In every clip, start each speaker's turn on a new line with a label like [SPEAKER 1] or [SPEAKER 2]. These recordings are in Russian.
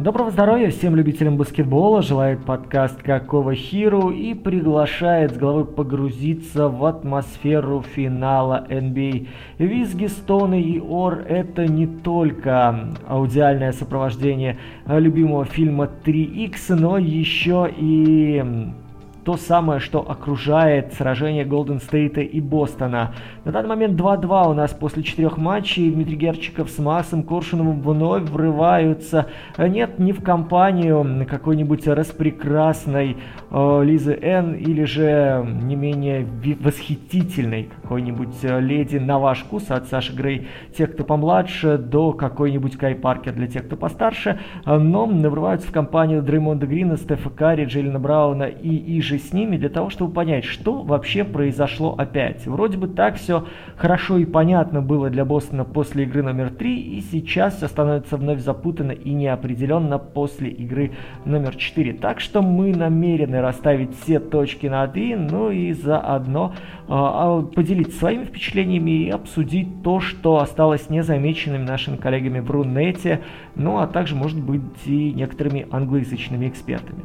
[SPEAKER 1] Доброго здоровья всем любителям баскетбола, желает подкаст «Какого Хиру» и приглашает с головой погрузиться в атмосферу финала NBA. Визги, стоны и ор – это не только аудиальное сопровождение любимого фильма 3X, но еще и то самое, что окружает сражение Голден Стейта и Бостона. На данный момент 2-2 у нас после 4 матчей. Дмитрий Герчиков с Максом Коршуновым вновь врываются. Нет, не в компанию какой-нибудь распрекрасной Лизы Н. или же не менее восхитительной какой-нибудь леди на ваш вкус от Саши Грей. Тех, кто помладше, до какой-нибудь Кай Паркер для тех, кто постарше. Но врываются в компанию Дреймонда Грина, Стефа Карри, Джейлена Брауна и с ними для того, чтобы понять, что вообще произошло опять. Вроде бы так все хорошо и понятно было для Бостона после игры номер 3, и сейчас все становится вновь запутанно и неопределенно после игры номер 4. Так что мы намерены расставить все точки над «и», ну и заодно поделиться своими впечатлениями и обсудить то, что осталось незамеченным нашими коллегами в Рунете, ну а также, может быть, и некоторыми англоязычными экспертами.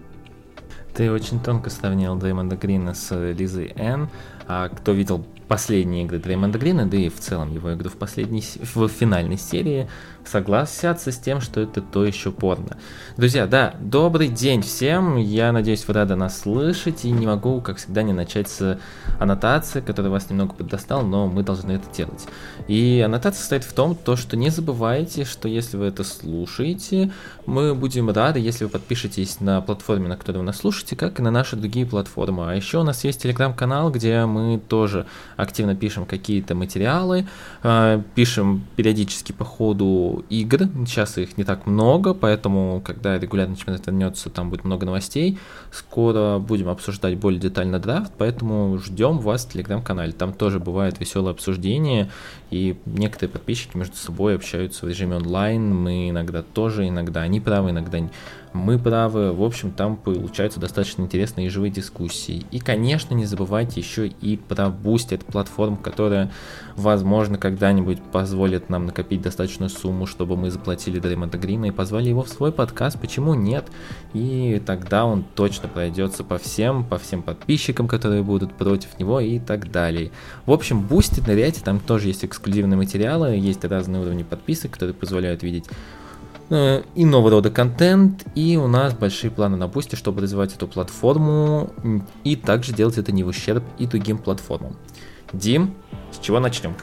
[SPEAKER 2] Ты очень тонко сравнил Дреймонда Грина с Лизой Н. А кто видел последние игры Дреймонда Грина, да и в целом его игру в финальной серии, согласятся с тем, что это то еще порно. Друзья, да, добрый день всем, я надеюсь, вы рады нас слышать, и не могу, как всегда, не начать с аннотации, которая вас немного поддостала, но мы должны это делать. И аннотация состоит в том, что не забывайте, что если вы это слушаете, мы будем рады, если вы подпишетесь на платформе, на которой вы нас слушаете, как и на наши другие платформы. А еще у нас есть телеграм-канал, где мы тоже активно пишем какие-то материалы, пишем периодически по ходу игр, сейчас их не так много, поэтому, когда регулярный чемпионат вернется, там будет много новостей, скоро будем обсуждать более детально драфт, поэтому ждем вас в телеграм-канале, там тоже бывает веселое обсуждение, и некоторые подписчики между собой общаются в режиме онлайн, мы иногда тоже, иногда они правы, иногда мы правы, в общем, там получаются достаточно интересные и живые дискуссии. И, конечно, не забывайте еще и про Boosty, это платформа, которая, возможно, когда-нибудь позволит нам накопить достаточную сумму, чтобы мы заплатили Дреймонда Грина и позвали его в свой подкаст, почему нет? И тогда он точно пройдется по всем подписчикам, которые будут против него и так далее. В общем, Boosty, ныряйте, там тоже есть эксклюзивные материалы, есть разные уровни подписок, которые позволяют видеть иного рода контент, и у нас большие планы на Boosty, чтобы развивать эту платформу и также делать это не в ущерб и другим платформам. Дим, с чего начнем?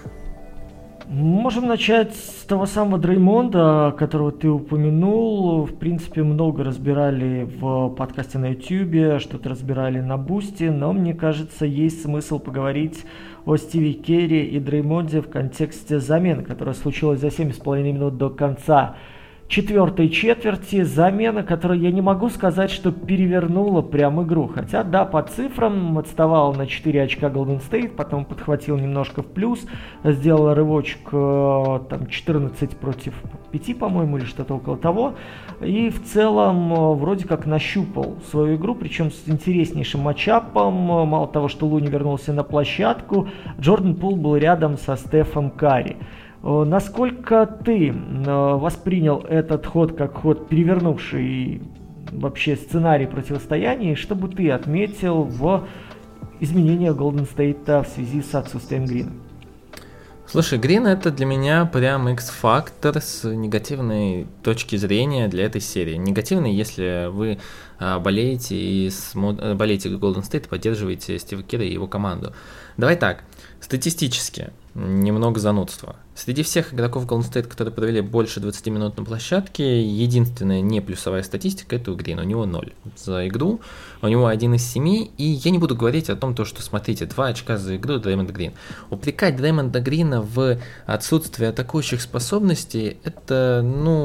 [SPEAKER 1] Можем начать с того самого Дреймонда, которого ты упомянул. В принципе, много разбирали в подкасте на YouTube, что-то разбирали на Boosty, но мне кажется, есть смысл поговорить о Стиве Керри и Дреймонде в контексте замены, которая случилась за 7,5 минут до конца четвертой четверти, замена, которая, я не могу сказать, что перевернула прям игру. Хотя, да, по цифрам отставал на 4 очка Golden State, потом подхватил немножко в плюс, сделал рывочек там 14 против 5, по-моему, или что-то около того. И в целом вроде как нащупал свою игру, причем с интереснейшим матчапом. Мало того, что Луни вернулся на площадку, Джордан Пул был рядом со Стефом Карри. Насколько ты воспринял этот ход как ход, перевернувший вообще сценарий противостояния, и что бы ты отметил в изменениях Голден Стейта в связи с отсутствием Грина?
[SPEAKER 2] Слушай, Грин — это для меня прям X-фактор с негативной точки зрения для этой серии. Негативный, если вы болеете Golden State и поддерживаете Стива Кера и его команду. Давай так, статистически немного занудства. Среди всех игроков Golden State, которые провели больше 20 минут на площадке, единственная не плюсовая статистика — это у Грина. У него 0 за игру, у него 1 из 7, и я не буду говорить о том, что, смотрите, 2 очка за игру Дреймонд Грин. Упрекать Дреймонда Грина в отсутствии атакующих способностей — это,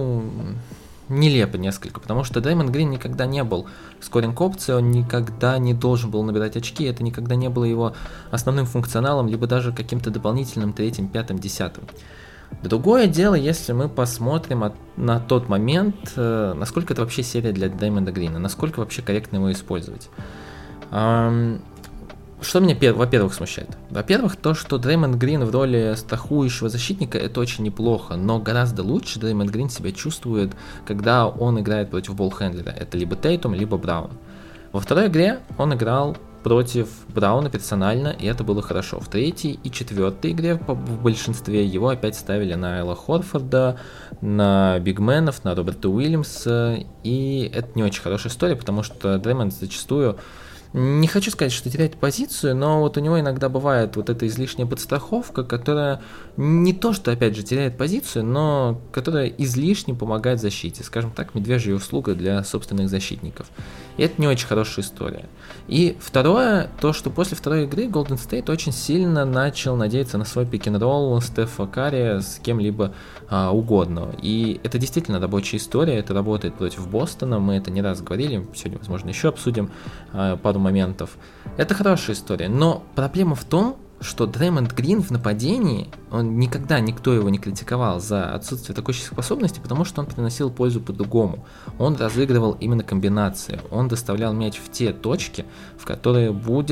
[SPEAKER 2] нелепо несколько, потому что Дреймонд Грин никогда не был скоринг-опцией, он никогда не должен был набирать очки, это никогда не было его основным функционалом, либо даже каким-то дополнительным 3-м, 5-м, 10-м. Другое дело, если мы посмотрим на тот момент, насколько это вообще серия для Дреймонда Грина, насколько вообще корректно его использовать. Что меня, во-первых, смущает? Во-первых, то, что Дреймонд Грин в роли страхующего защитника, это очень неплохо, но гораздо лучше Дреймонд Грин себя чувствует, когда он играет против болл-хендлера. Это либо Тейтум, либо Браун. Во второй игре он играл против Брауна персонально, и это было хорошо. В третьей и четвертой игре в большинстве его опять ставили на Элла Хорфорда, на бигменов, на Роберта Уильямса, и это не очень хорошая история, потому что Дреймонд зачастую, не хочу сказать, что теряет позицию, но вот у него иногда бывает вот эта излишняя подстраховка, которая не то, что опять же теряет позицию, но которая излишне помогает защите. Скажем так, медвежья услуга для собственных защитников. И это не очень хорошая история. И второе, то, что после второй игры Golden State очень сильно начал надеяться на свой пик-н-ролл Стефа Карри с кем-либо угодно. И это действительно рабочая история, это работает против Бостона, мы это не раз говорили, сегодня, возможно, еще обсудим пару моментов. Это хорошая история, но проблема в том, что Дреймонд Грин в нападении, никто его не критиковал за отсутствие атакующих способностей, потому что он приносил пользу по-другому. Он разыгрывал именно комбинации, он доставлял мяч в те точки, из которых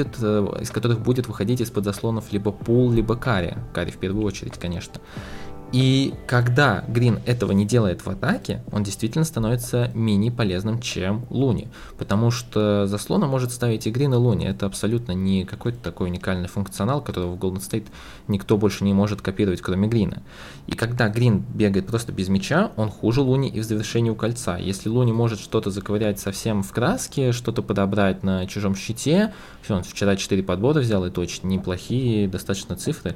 [SPEAKER 2] будет выходить из-под заслонов либо Пул, либо Карри в первую очередь, конечно. И когда Грин этого не делает в атаке, он действительно становится менее полезным, чем Луни. Потому что заслона может ставить и Грин, и Луни. Это абсолютно не какой-то такой уникальный функционал, которого в Golden State никто больше не может копировать, кроме Грина. И когда Грин бегает просто без мяча, он хуже Луни и в завершении у кольца. Если Луни может что-то заковырять совсем в краске, что-то подобрать на чужом щите, все, он вчера 4 подбора взял, это очень неплохие достаточно цифры.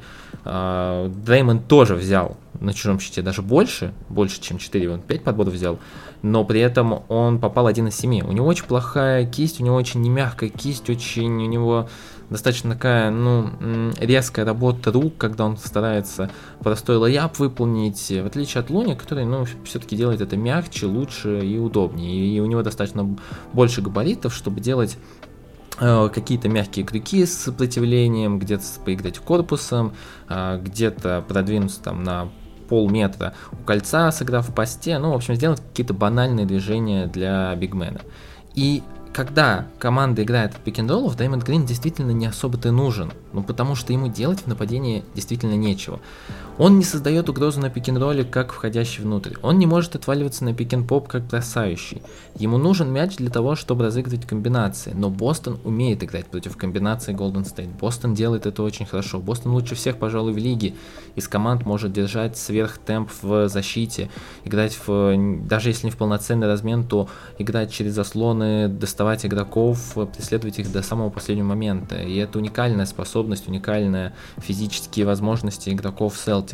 [SPEAKER 2] Дреймонд тоже взял на чужом щите даже больше, чем 4, он 5 подборов взял, но при этом он попал 1 из 7. У него очень плохая кисть, у него очень немягкая кисть, у него достаточно такая, резкая работа рук, когда он старается простой лейап выполнить, в отличие от Луни, который, все-таки делает это мягче, лучше и удобнее, и у него достаточно больше габаритов, чтобы делать какие-то мягкие крюки с сопротивлением, где-то поиграть корпусом, где-то продвинуться там на полметра у кольца, сыграв в посте, в общем, сделать какие-то банальные движения для бигмена. И когда команда играет от пик-н-роллов, Дреймонд Грин действительно не особо-то нужен, потому что ему делать в нападении действительно нечего. Он не создает угрозу на пик-н-ролле, как входящий внутрь. Он не может отваливаться на пик-н-поп, как бросающий. Ему нужен мяч для того, чтобы разыгрывать комбинации. Но Бостон умеет играть против комбинаций Golden State. Бостон делает это очень хорошо. Бостон лучше всех, пожалуй, в лиге. Из команд может держать сверхтемп в защите. Играть даже если не в полноценный размен, то играть через заслоны, доставать игроков, преследовать их до самого последнего момента. И это уникальная способность, уникальные физические возможности игроков Celtics.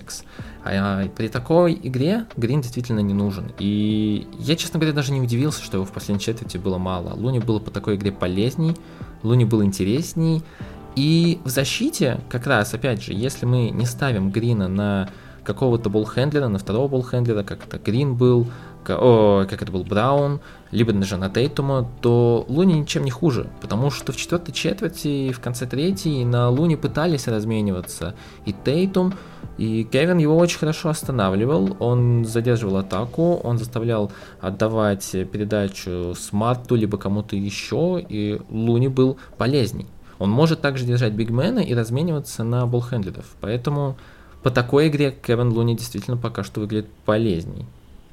[SPEAKER 2] А при такой игре Грин действительно не нужен. И я, честно говоря, даже не удивился, что его в последней четверти было мало. Луни было по такой игре полезней, Луни был интересней. И в защите, как раз, опять же, если мы не ставим Грина на какого-то болл-хендлера, на второго болл-хендлера, как это Грин был, как это был Браун, либо даже на Тейтума, то Луни ничем не хуже, потому что в четвертой четверти и в конце третьей на Луни пытались размениваться и Тейтум, и Кевин его очень хорошо останавливал, он задерживал атаку, он заставлял отдавать передачу Смарту, либо кому-то еще, и Луни был полезней. Он может также держать бигмена и размениваться на болл-хендлеров, поэтому по такой игре Кевин Луни действительно пока что выглядит полезней.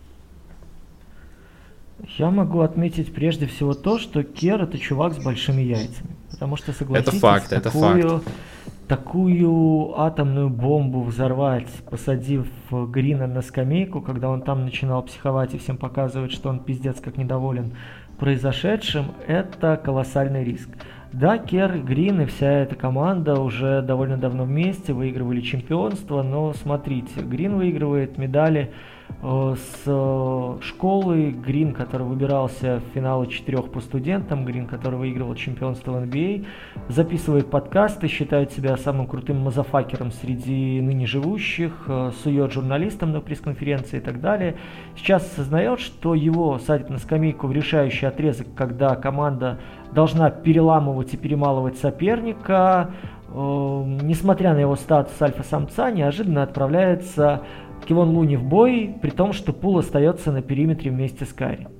[SPEAKER 1] Я могу отметить прежде всего то, что Кер — это чувак с большими яйцами. Потому что, согласитесь,
[SPEAKER 2] это факт.
[SPEAKER 1] Такую атомную бомбу взорвать, посадив Грина на скамейку, когда он там начинал психовать и всем показывать, что он пиздец как недоволен произошедшим, это колоссальный риск. Да, Кер, Грин и вся эта команда уже довольно давно вместе, выигрывали чемпионство, но смотрите, Грин выигрывает медали с школы, Грин, который выбирался в финалы 4 по студентам, Грин, который выигрывал чемпионство в NBA, записывает подкасты, считает себя самым крутым мазафакером среди ныне живущих, сует журналистам на пресс-конференции и так далее. Сейчас осознает, что его садят на скамейку в решающий отрезок, когда команда должна переламывать и перемалывать соперника. Несмотря на его статус альфа-самца, неожиданно отправляется Кевон Луни в бой, при том, что Пул остается на периметре вместе с Карри.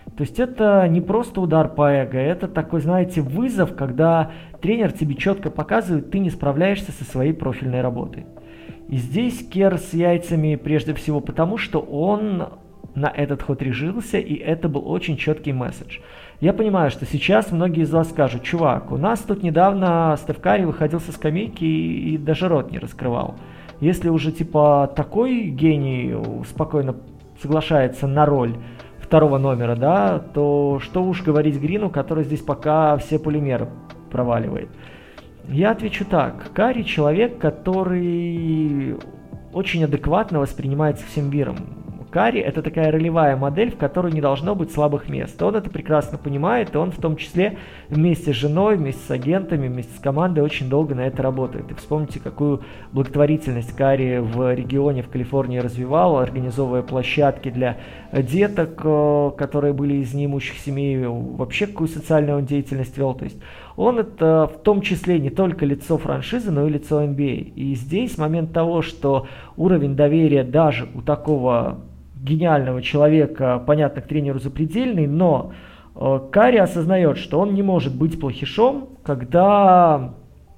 [SPEAKER 1] То есть это не просто удар по эго, это такой, знаете, вызов, когда тренер тебе четко показывает, ты не справляешься со своей профильной работой. И здесь Кер с яйцами прежде всего потому, что он на этот ход решился, и это был очень четкий месседж. Я понимаю, что сейчас многие из вас скажут: чувак, у нас тут недавно Стеф Карри выходил со скамейки и даже рот не раскрывал. Если уже типа такой гений спокойно соглашается на роль второго номера, да, то что уж говорить Грину, который здесь пока все полимеры проваливает. Я отвечу так. Карри человек, который очень адекватно воспринимается всем миром. Карри — это такая ролевая модель, в которой не должно быть слабых мест. Он это прекрасно понимает, и он в том числе вместе с женой, вместе с агентами, вместе с командой очень долго на это работает. И вспомните, какую благотворительность Карри в регионе, в Калифорнии развивал, организовывая площадки для деток, которые были из неимущих семей, вообще какую социальную он деятельность вел. То есть он это в том числе не только лицо франшизы, но и лицо NBA. И здесь момент того, что уровень доверия даже у такого гениального человека, понятно, к тренеру запредельный, но Карри осознает, что он не может быть плохишом, когда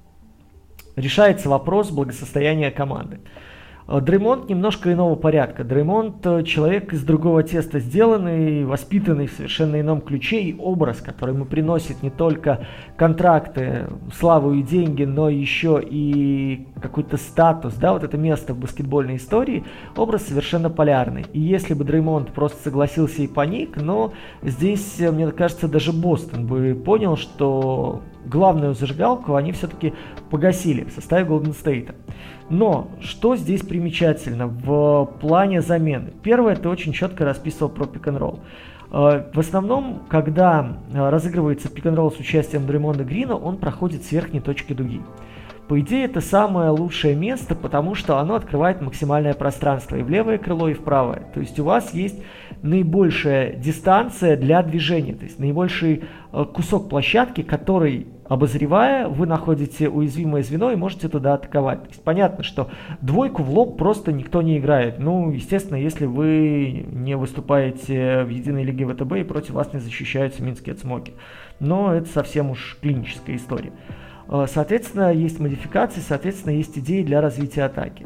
[SPEAKER 1] решается вопрос благосостояния команды. Дреймонд немножко иного порядка. Дреймонд человек из другого теста сделанный, воспитанный в совершенно ином ключе, и образ, который ему приносит не только контракты, славу и деньги, но еще и какой-то статус, да, вот это место в баскетбольной истории, образ совершенно полярный. И если бы Дреймонд просто согласился и паник, но здесь, мне кажется, даже Бостон бы понял, что главную зажигалку они все-таки погасили в составе Голден Стейта. Но что здесь примечательно в плане замены? Первое, ты очень четко расписывал про пик-н-ролл. В основном, когда разыгрывается пик-н-ролл с участием Дреймонда Грина, он проходит с верхней точки дуги. По идее, это самое лучшее место, потому что оно открывает максимальное пространство и в левое крыло, и в правое. То есть у вас есть наибольшая дистанция для движения, то есть наибольший кусок площадки, который, обозревая, вы находите уязвимое звено и можете туда атаковать. То есть понятно, что двойку в лоб просто никто не играет. Ну, естественно, если вы не выступаете в единой лиге ВТБ и против вас не защищаются минские цмоки. Но это совсем уж клиническая история. Соответственно, есть модификации, соответственно, есть идеи для развития атаки.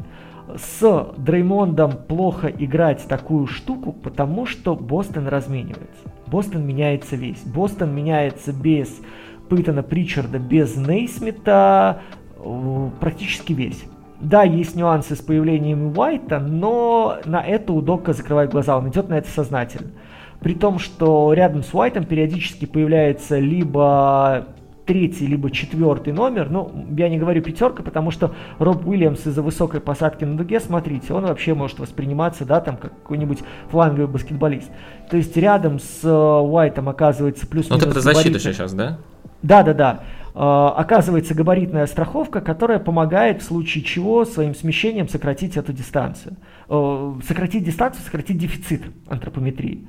[SPEAKER 1] С Дреймондом плохо играть такую штуку, потому что Бостон разменивается. Бостон меняется весь. Бостон меняется без Пейтона Причарда, без Нейсмита, практически весь. Да, есть нюансы с появлением Уайта, но на это Удока закрывает глаза, он идет на это сознательно. При том, что рядом с Уайтом периодически появляется либо третий, либо четвертый номер. Ну, я не говорю пятерка, потому что Роб Уильямс из-за высокой посадки на дуге, смотрите, он вообще может восприниматься, да, там, как какой-нибудь фланговый баскетболист. То есть рядом с Уайтом оказывается плюс-минус.
[SPEAKER 2] Ну, ты про защиту сейчас, да?
[SPEAKER 1] Да. Оказывается габаритная страховка, которая помогает в случае чего своим смещением сократить эту дистанцию. Сократить дистанцию, сократить дефицит антропометрии.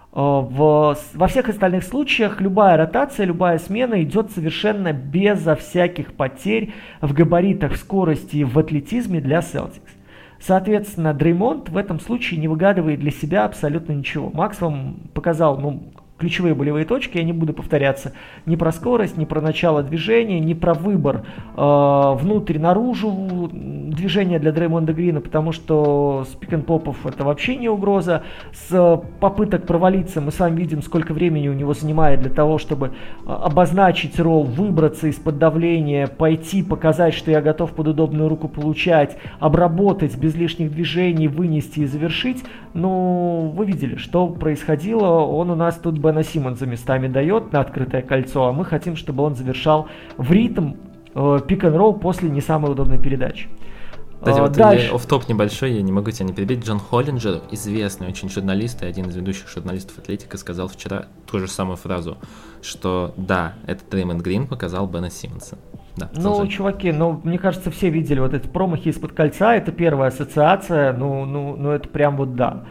[SPEAKER 1] Во всех остальных случаях любая ротация, любая смена идет совершенно безо всяких потерь в габаритах, в скорости и в атлетизме для Celtics. Соответственно, Дреймонд в этом случае не выгадывает для себя абсолютно ничего. Макс вам показал, ключевые болевые точки, я не буду повторяться ни про скорость, ни про начало движения, ни про выбор внутрь-наружу движения для Дреймонда Грина, потому что с пик-н-попов это вообще не угроза. С попыток провалиться мы с вами видим, сколько времени у него занимает для того, чтобы обозначить ролл, выбраться из-под давления, пойти, показать, что я готов под удобную руку получать, обработать без лишних движений, вынести и завершить. Ну, вы видели, что происходило. Он у нас тут Бена Симмонса местами дает на открытое кольцо, а мы хотим, чтобы он завершал в ритм пик-н-ролл после не самой удобной передачи.
[SPEAKER 2] Кстати, вот офф-топ небольшой, я не могу тебя не перебить. Джон Холлинджер, известный очень журналист и один из ведущих журналистов Атлетика, сказал вчера ту же самую фразу, что да, этот Дреймонд Грин показал Бена Симмонса. Да,
[SPEAKER 1] чуваки, мне кажется, все видели вот эти промахи из-под кольца, это первая ассоциация, это прям вот да.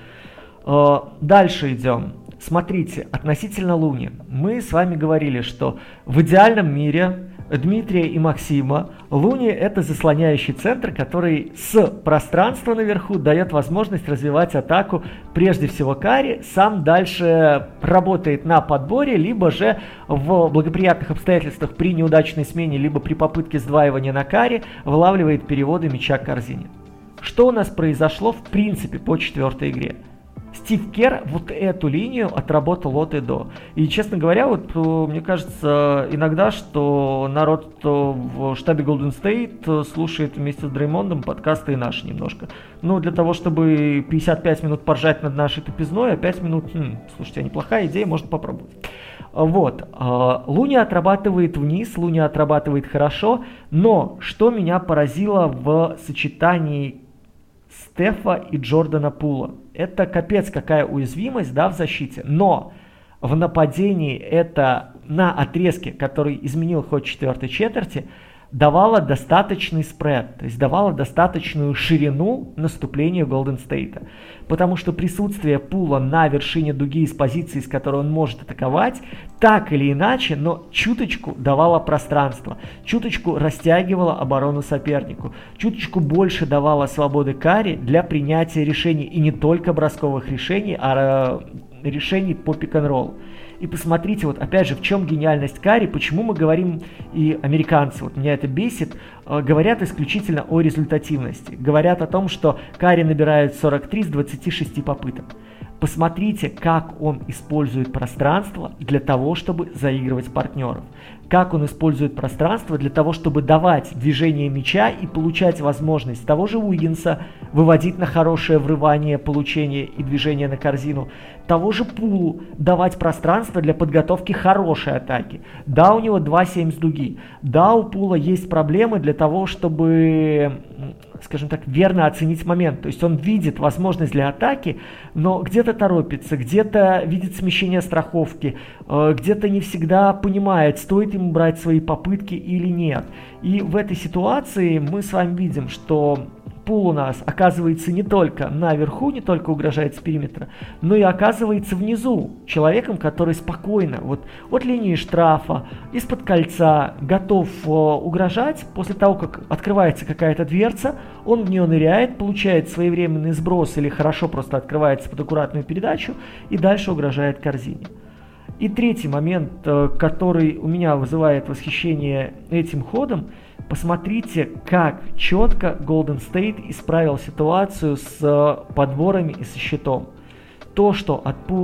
[SPEAKER 1] Дальше идем. Смотрите, относительно Луни. Мы с вами говорили, что в идеальном мире Дмитрия и Максима. Луни — это заслоняющий центр, который с пространства наверху дает возможность развивать атаку прежде всего Карри, сам дальше работает на подборе, либо же в благоприятных обстоятельствах при неудачной смене, либо при попытке сдваивания на Карри вылавливает переводы мяча к корзине. Что у нас произошло в принципе по четвертой игре? Стив Керр вот эту линию отработал от и до. И, честно говоря, вот мне кажется иногда, что народ в штабе Golden State слушает вместе с Дреймондом подкасты и наши немножко. Ну, для того, чтобы 55 минут поржать над нашей тупизной, а 5 минут, слушайте, а неплохая идея, можно попробовать. Вот, Луни отрабатывает вниз, Луни отрабатывает хорошо, но что меня поразило в сочетании Стефа и Джордана Пула? Это капец какая уязвимость, да, в защите, но в нападении это на отрезке, который изменил ход четвертой четверти, давало достаточный спред, то есть давало достаточную ширину наступления Golden State. Потому что присутствие Пула на вершине дуги из позиции, с которой он может атаковать, так или иначе, но чуточку давало пространство, чуточку растягивало оборону сопернику, чуточку больше давало свободы Карри для принятия решений, и не только бросковых решений, а решений по пик-н-роллу. И посмотрите, вот опять же, в чем гениальность Карри, почему мы говорим, и американцы, вот меня это бесит, говорят исключительно о результативности. Говорят о том, что Карри набирает 43 с 26 попыток. Посмотрите, как он использует пространство для того, чтобы заигрывать партнеров. Как он использует пространство для того, чтобы давать движение мяча и получать возможность того же Уиггинса выводить на хорошее врывание, получение и движение на корзину. Того же Пулу давать пространство для подготовки хорошей атаки. Да, у него 2-7 с дуги. Да, у Пула есть проблемы для того, чтобы, скажем так, верно оценить момент. То есть он видит возможность для атаки, но где-то торопится, где-то видит смещение страховки, где-то не всегда понимает, стоит ему брать свои попытки или нет. И в этой ситуации мы с вами видим, что Пул у нас оказывается не только наверху, не только угрожает с периметра, но и оказывается внизу, человеком, который спокойно, вот от линии штрафа, из-под кольца, готов угрожать. После того, как открывается какая-то дверца, он в нее ныряет, получает своевременный сброс или хорошо просто открывается под аккуратную передачу и дальше угрожает корзине. И третий момент, который у меня вызывает восхищение этим ходом, посмотрите, как четко Golden State исправил ситуацию с подборами и со щитом. То, что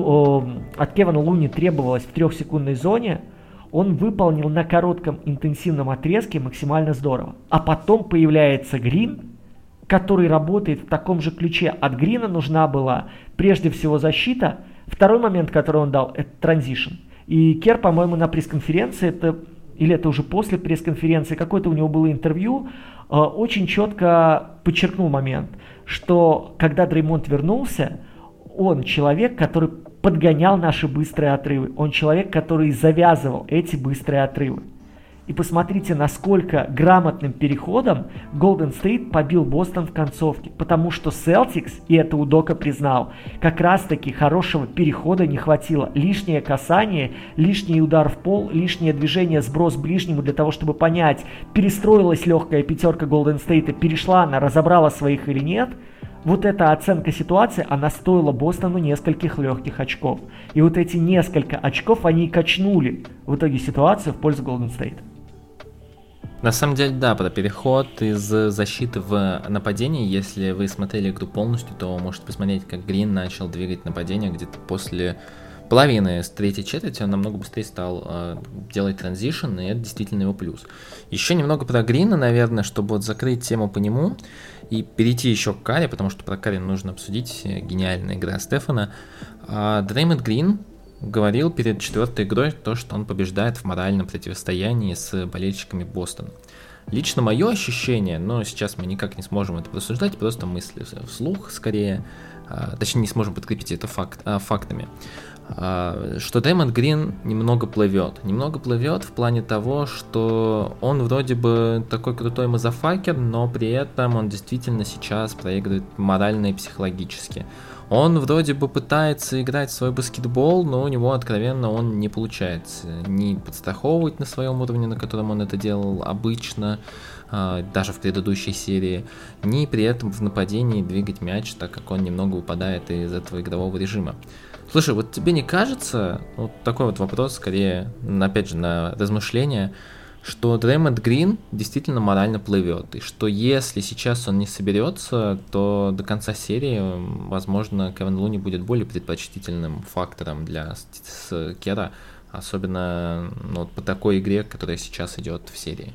[SPEAKER 1] от Кевина Луни требовалось в 3-секундной зоне, он выполнил на коротком интенсивном отрезке максимально здорово. А потом появляется Грин, который работает в таком же ключе. От Грина нужна была прежде всего защита. Второй момент, который он дал, это транзишн. И Керр, по-моему, на пресс-конференции, или это уже после пресс-конференции, какое-то у него было интервью, очень четко подчеркнул момент, что когда Дреймонд вернулся, он человек, который подгонял наши быстрые отрывы. Он человек, который завязывал эти быстрые отрывы. И посмотрите, насколько грамотным переходом Golden State побил Бостон в концовке. Потому что Celtics, и это Удока признал, как раз-таки хорошего перехода не хватило. Лишнее касание, лишний удар в пол, лишнее движение, сброс ближнему для того, чтобы понять, перестроилась легкая пятерка Golden State, перешла она, разобрала своих или нет. Вот эта оценка ситуации, она стоила Бостону нескольких легких очков. И вот эти несколько очков, они и качнули в итоге ситуацию в пользу Golden State.
[SPEAKER 2] На самом деле, да, про переход из защиты в нападение, если вы смотрели игру полностью, то можете посмотреть, как Грин начал двигать нападение где-то после половины с третьей четверти, он намного быстрее стал делать транзишн, и это действительно его плюс. Еще немного про Грина, наверное, чтобы вот закрыть тему по нему и перейти еще к Карри, потому что про Карри нужно обсудить, гениальная игра Стефана. Дреймонд Грин говорил перед четвертой игрой то, что он побеждает в моральном противостоянии с болельщиками Бостона. Лично мое ощущение, но сейчас мы никак не сможем это просуждать, просто мысли вслух скорее, точнее не сможем подкрепить это фактами. что Дреймонд Грин немного плывет. Немного плывет в плане того, что он вроде бы такой крутой мазафакер, но при этом он действительно сейчас проигрывает морально и психологически. Он вроде бы пытается играть в свой баскетбол, но у него откровенно он не получается ни подстраховывать на своем уровне, на котором он это делал обычно, даже в предыдущей серии, ни при этом в нападении двигать мяч, так как он немного выпадает из этого игрового режима. Слушай, вот тебе не кажется, вот такой вот вопрос, скорее, опять же, на размышление, что Дреймонд Грин действительно морально плывет, и что если сейчас он не соберется, то до конца серии, возможно, Кевин Луни будет более предпочтительным фактором для Кера, особенно вот по такой игре, которая сейчас идет в серии.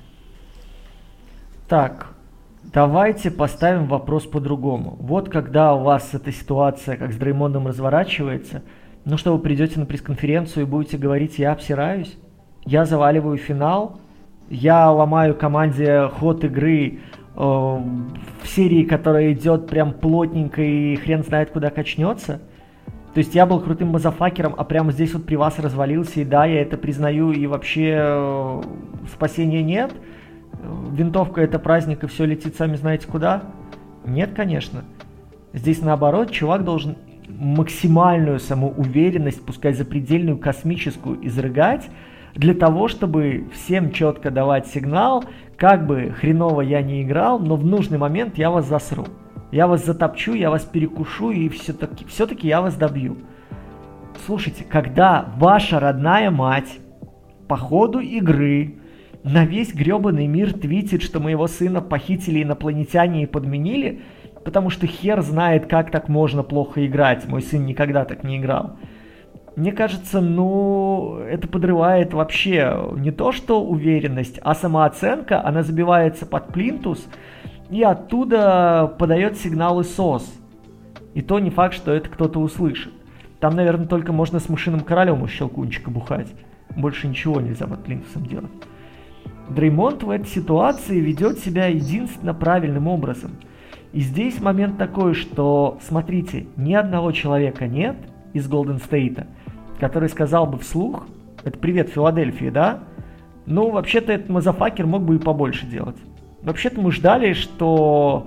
[SPEAKER 1] Так, давайте поставим вопрос по-другому. Вот когда у вас эта ситуация, как с Дреймондом, разворачивается, ну что, вы придете на пресс-конференцию и будете говорить: я обсираюсь, я заваливаю финал, я ломаю команде ход игры в серии, которая идет прям плотненько и хрен знает куда качнется. То есть я был крутым мазафакером, а прямо здесь вот при вас развалился, и да, я это признаю, и вообще спасения нет. Винтовка — это праздник, и все летит сами знаете куда? Нет, конечно. Здесь наоборот, чувак должен максимальную самоуверенность, пускай запредельную, космическую, изрыгать, для того, чтобы всем четко давать сигнал, как бы хреново я не играл, но в нужный момент я вас засру. Я вас затопчу, я вас перекушу, и все-таки я вас добью. Слушайте, когда ваша родная мать по ходу игры на весь гребаный мир твитит, что моего сына похитили инопланетяне и подменили, потому что хер знает, как так можно плохо играть, мой сын никогда так не играл. Мне кажется, это подрывает вообще не то что уверенность, а самооценка. Она забивается под плинтус и оттуда подает сигналы СОС. И то не факт, что это кто-то услышит. Там, наверное, только можно с мышиным королем у щелкунчика бухать. Больше ничего нельзя под плинтусом делать. Дреймонд в этой ситуации ведет себя единственно правильным образом. И здесь момент такой, что, смотрите, ни одного человека нет из Голден Стейта, который сказал бы вслух: это привет Филадельфии, да? Ну, вообще-то этот мазафакер мог бы и побольше делать. Вообще-то мы ждали, что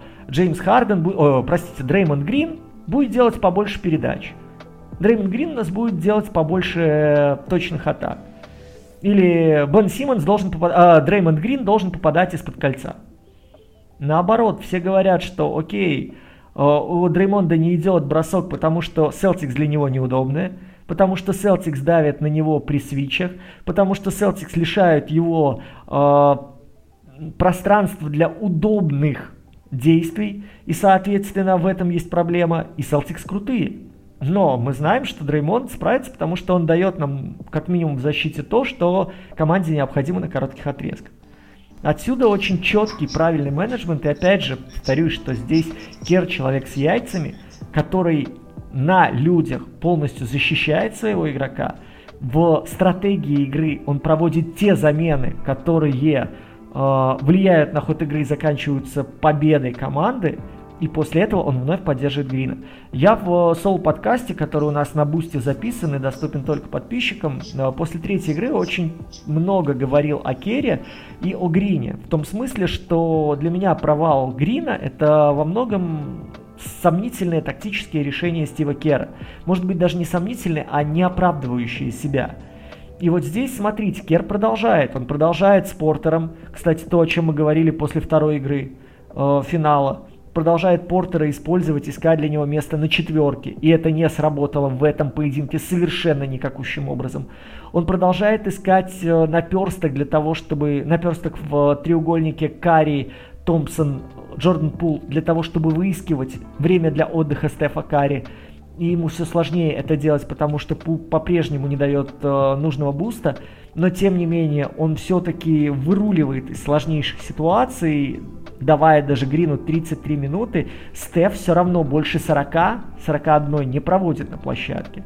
[SPEAKER 1] Дреймонд Грин будет делать побольше передач. Дреймонд Грин у нас будет делать побольше точных атак. Или Дреймонд Грин должен попадать из-под кольца. Наоборот, все говорят, что окей, у Дреймонда не идет бросок, потому что Celtics для него неудобная, потому что Celtics давят на него при свитчах, потому что Celtics лишают его пространства для удобных действий, и, соответственно, в этом есть проблема, и Celtics крутые. Но мы знаем, что Дреймонд справится, потому что он дает нам, как минимум, в защите то, что команде необходимо на коротких отрезках. Отсюда очень четкий, правильный менеджмент, и опять же, повторюсь, что здесь Кер человек с яйцами, который на людях полностью защищает своего игрока. В стратегии игры он проводит те замены, которые влияют на ход игры и заканчиваются победой команды, и после этого он вновь поддерживает Грина. Я в соло-подкасте, который у нас на Бусте записан и доступен только подписчикам, после третьей игры очень много говорил о Кере и о Грине. В том смысле, что для меня провал Грина — это во многом сомнительные тактические решения Стива Кера. Может быть, даже не сомнительные, а не оправдывающие себя. И вот здесь, смотрите, Кер продолжает. Он продолжает с Портером. Кстати, то, о чем мы говорили после второй игры финала. Продолжает Портера использовать, искать для него место на четверке. И это не сработало в этом поединке совершенно никакущим образом. Он продолжает искать наперсток для того, чтобы... Наперсток в треугольнике Карри, Томпсон, Джордан Пул, для того, чтобы выискивать время для отдыха Стефа Карри. И ему все сложнее это делать, потому что Пул по-прежнему не дает нужного буста. Но, тем не менее, он все-таки выруливает из сложнейших ситуаций, давая даже Грину 33 минуты. Стеф все равно больше 41 не проводит на площадке.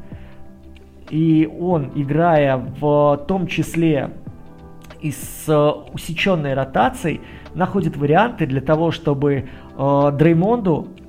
[SPEAKER 1] И он, играя в том числе и с усеченной ротацией, находит варианты для того, чтобы Дреймонду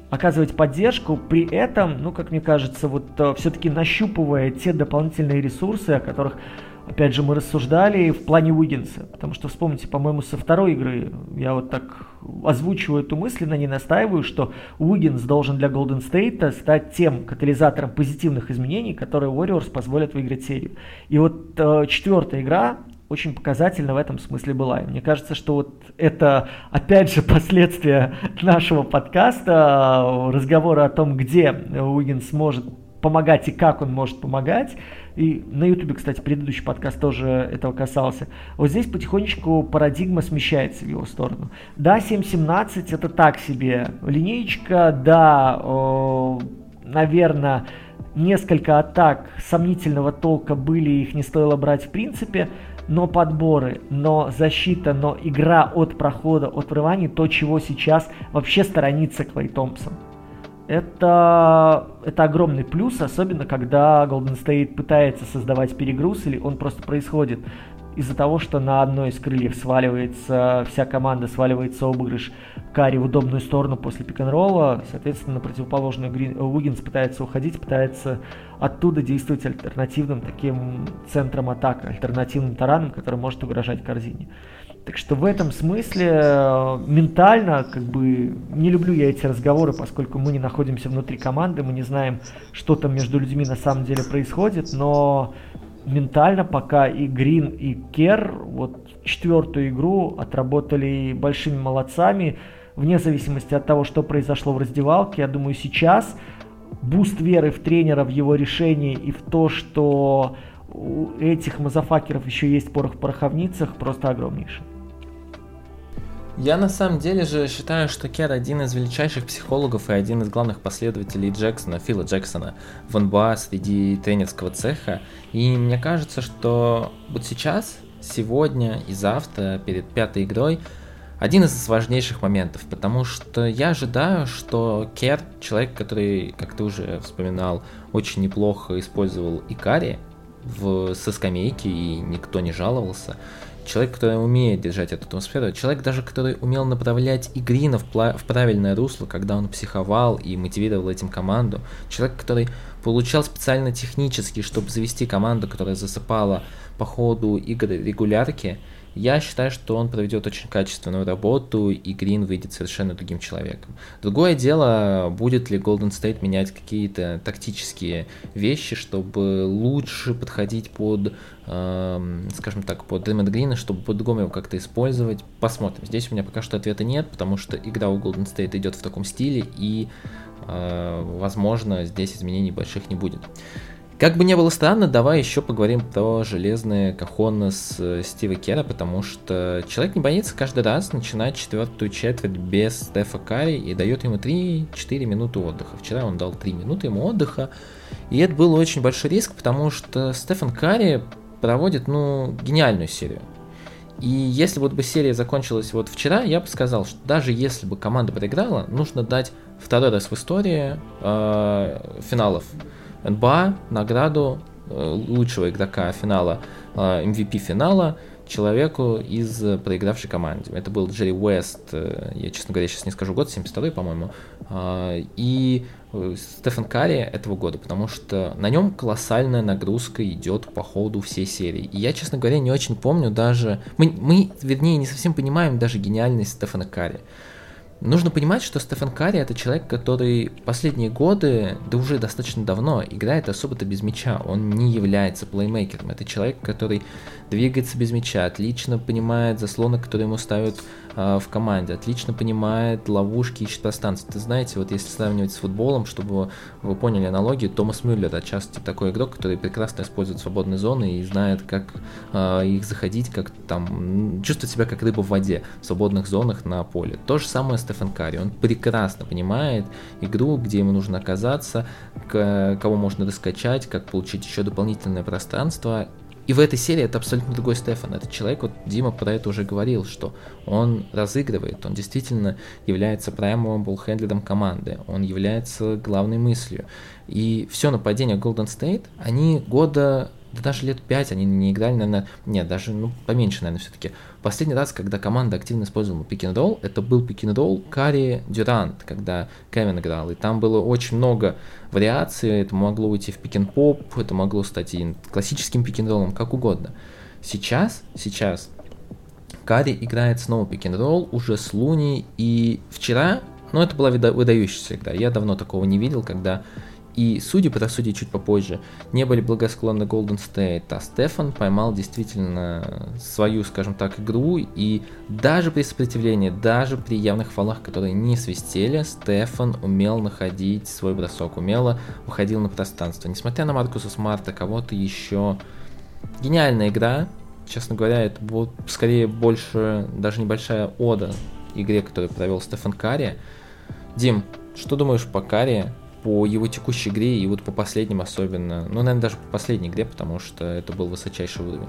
[SPEAKER 1] оказывать поддержку, при этом, ну, как мне кажется, вот все-таки нащупывая те дополнительные ресурсы, о которых, опять же, мы рассуждали в плане Уиггинса. Потому что, вспомните, по-моему, со второй игры я вот так озвучиваю эту мысль, на ней настаиваю, что Уиггинс должен для Golden State стать тем катализатором позитивных изменений, которые Warriors позволят выиграть серию. И вот четвертая игра очень показательно в этом смысле была. И мне кажется, что вот это, опять же, последствия нашего подкаста, разговора о том, где Уиггинс может помогать и как он может помогать. И на Ютубе, кстати, предыдущий подкаст тоже этого касался. Вот здесь потихонечку парадигма смещается в его сторону. Да, 7-17 это так себе линеечка, да, наверное, несколько атак сомнительного толка были, их не стоило брать в принципе, но подборы, но защита, но игра от прохода, от врываний, то, чего сейчас вообще сторонится Клей Томпсон. Это огромный плюс, особенно когда Golden State пытается создавать перегруз, или он просто происходит из-за того, что на одной из крыльев сваливается вся команда, сваливается обыгрыш Карри в удобную сторону после пик-н-ролла, соответственно, на противоположную Уиггинс пытается уходить, пытается оттуда действовать альтернативным таким центром атаки, альтернативным тараном, который может угрожать корзине. Так что в этом смысле ментально, как бы, не люблю я эти разговоры, поскольку мы не находимся внутри команды, мы не знаем, что там между людьми на самом деле происходит, но ментально пока и Грин, и Керр вот четвертую игру отработали большими молодцами, вне зависимости от того, что произошло в раздевалке. Я думаю, сейчас буст веры в тренера, в его решении и в то, что у этих мазафакеров еще есть порох в пороховницах, просто огромнейший.
[SPEAKER 2] Я на самом деле же считаю, что Керр один из величайших психологов и один из главных последователей Фила Джексона в НБА среди тренерского цеха. И мне кажется, что вот сейчас, сегодня и завтра, перед пятой игрой, один из важнейших моментов, потому что я ожидаю, что Керр, человек, который, как ты уже вспоминал, очень неплохо использовал Икари со скамейки, и никто не жаловался. Человек, который умеет держать эту атмосферу, человек даже, который умел направлять и Грина в правильное русло, когда он психовал и мотивировал этим команду. Человек, который получал специально технически, чтобы завести команду, которая засыпала по ходу игры регулярки. Я считаю, что он проведет очень качественную работу, и Грин выйдет совершенно другим человеком. Другое дело, будет ли Golden State менять какие-то тактические вещи, чтобы лучше подходить под, скажем так, под Дреймонда Грина, чтобы по-другому его как-то использовать. Посмотрим. Здесь у меня пока что ответа нет, потому что игра у Golden State идет в таком стиле, и, возможно, здесь изменений больших не будет. Как бы ни было странно, давай еще поговорим про железные кахонес Стива Керра, потому что человек не боится каждый раз начинать четвертую четверть без Стефа Карри и дает ему 3-4 минуты отдыха. Вчера он дал 3 минуты ему отдыха, и это был очень большой риск, потому что Стефан Карри проводит, гениальную серию. И если бы серия закончилась вот вчера, я бы сказал, что даже если бы команда проиграла, нужно дать второй раз в истории финалов НБА награду лучшего игрока финала, MVP финала, человеку из проигравшей команды. Это был Джерри Уэст, я, честно говоря, сейчас не скажу год, 72-й, по-моему, и Стефан Карри этого года, потому что на нем колоссальная нагрузка идет по ходу всей серии. И я, честно говоря, не очень помню даже... Мы, вернее, не совсем понимаем даже гениальность Стефана Карри. Нужно понимать, что Стефан Карри — это человек, который последние годы, да уже достаточно давно, играет особо-то без мяча. Он не является плеймейкером. Это человек, который двигается без мяча, отлично понимает заслоны, которые ему ставят в команде, отлично понимает ловушки, ищет пространство. Ты знаете, вот если сравнивать с футболом, чтобы вы поняли аналогию, Томас Мюллер отчасти такой игрок, который прекрасно использует свободные зоны и знает, как их заходить, как там чувствовать себя как рыба в воде в свободных зонах на поле. То же самое Стефан Карри. Он прекрасно понимает игру, где ему нужно оказаться, кого можно раскачать, как получить еще дополнительное пространство. И в этой серии это абсолютно другой Стефан. Это человек, вот Дима про это уже говорил, что он разыгрывает, он действительно является праймовым болхендлером команды, он является главной мыслью. И все нападение Golden State, они года да даже лет 5 они не играли, наверное, нет, даже, поменьше, наверное, все-таки. Последний раз, когда команда активно использовала пик-н-ролл, это был пик-н-ролл Карри Дюрант, когда Кевин играл, и там было очень много вариаций, это могло уйти в пик-н-поп, это могло стать и классическим пик-н-роллом, как угодно. Сейчас Карри играет снова пик-н-ролл уже с Луни, и вчера, это была выдающаяся игра, я давно такого не видел, когда и судьи, судить чуть попозже, не были благосклонны Golden State, а Стефан поймал действительно свою, скажем так, игру, и даже при сопротивлении, даже при явных фолах, которые не свистели, Стефан умел находить свой бросок, умело уходил на пространство. Несмотря на Маркуса Смарта, кого-то еще. Гениальная игра, честно говоря, это будет скорее больше, даже небольшая ода игре, которую провел Стефан Карри. Дим, что думаешь по Карри? По его текущей игре и вот по последним особенно, наверное, даже по последней игре, потому что это был высочайший уровень.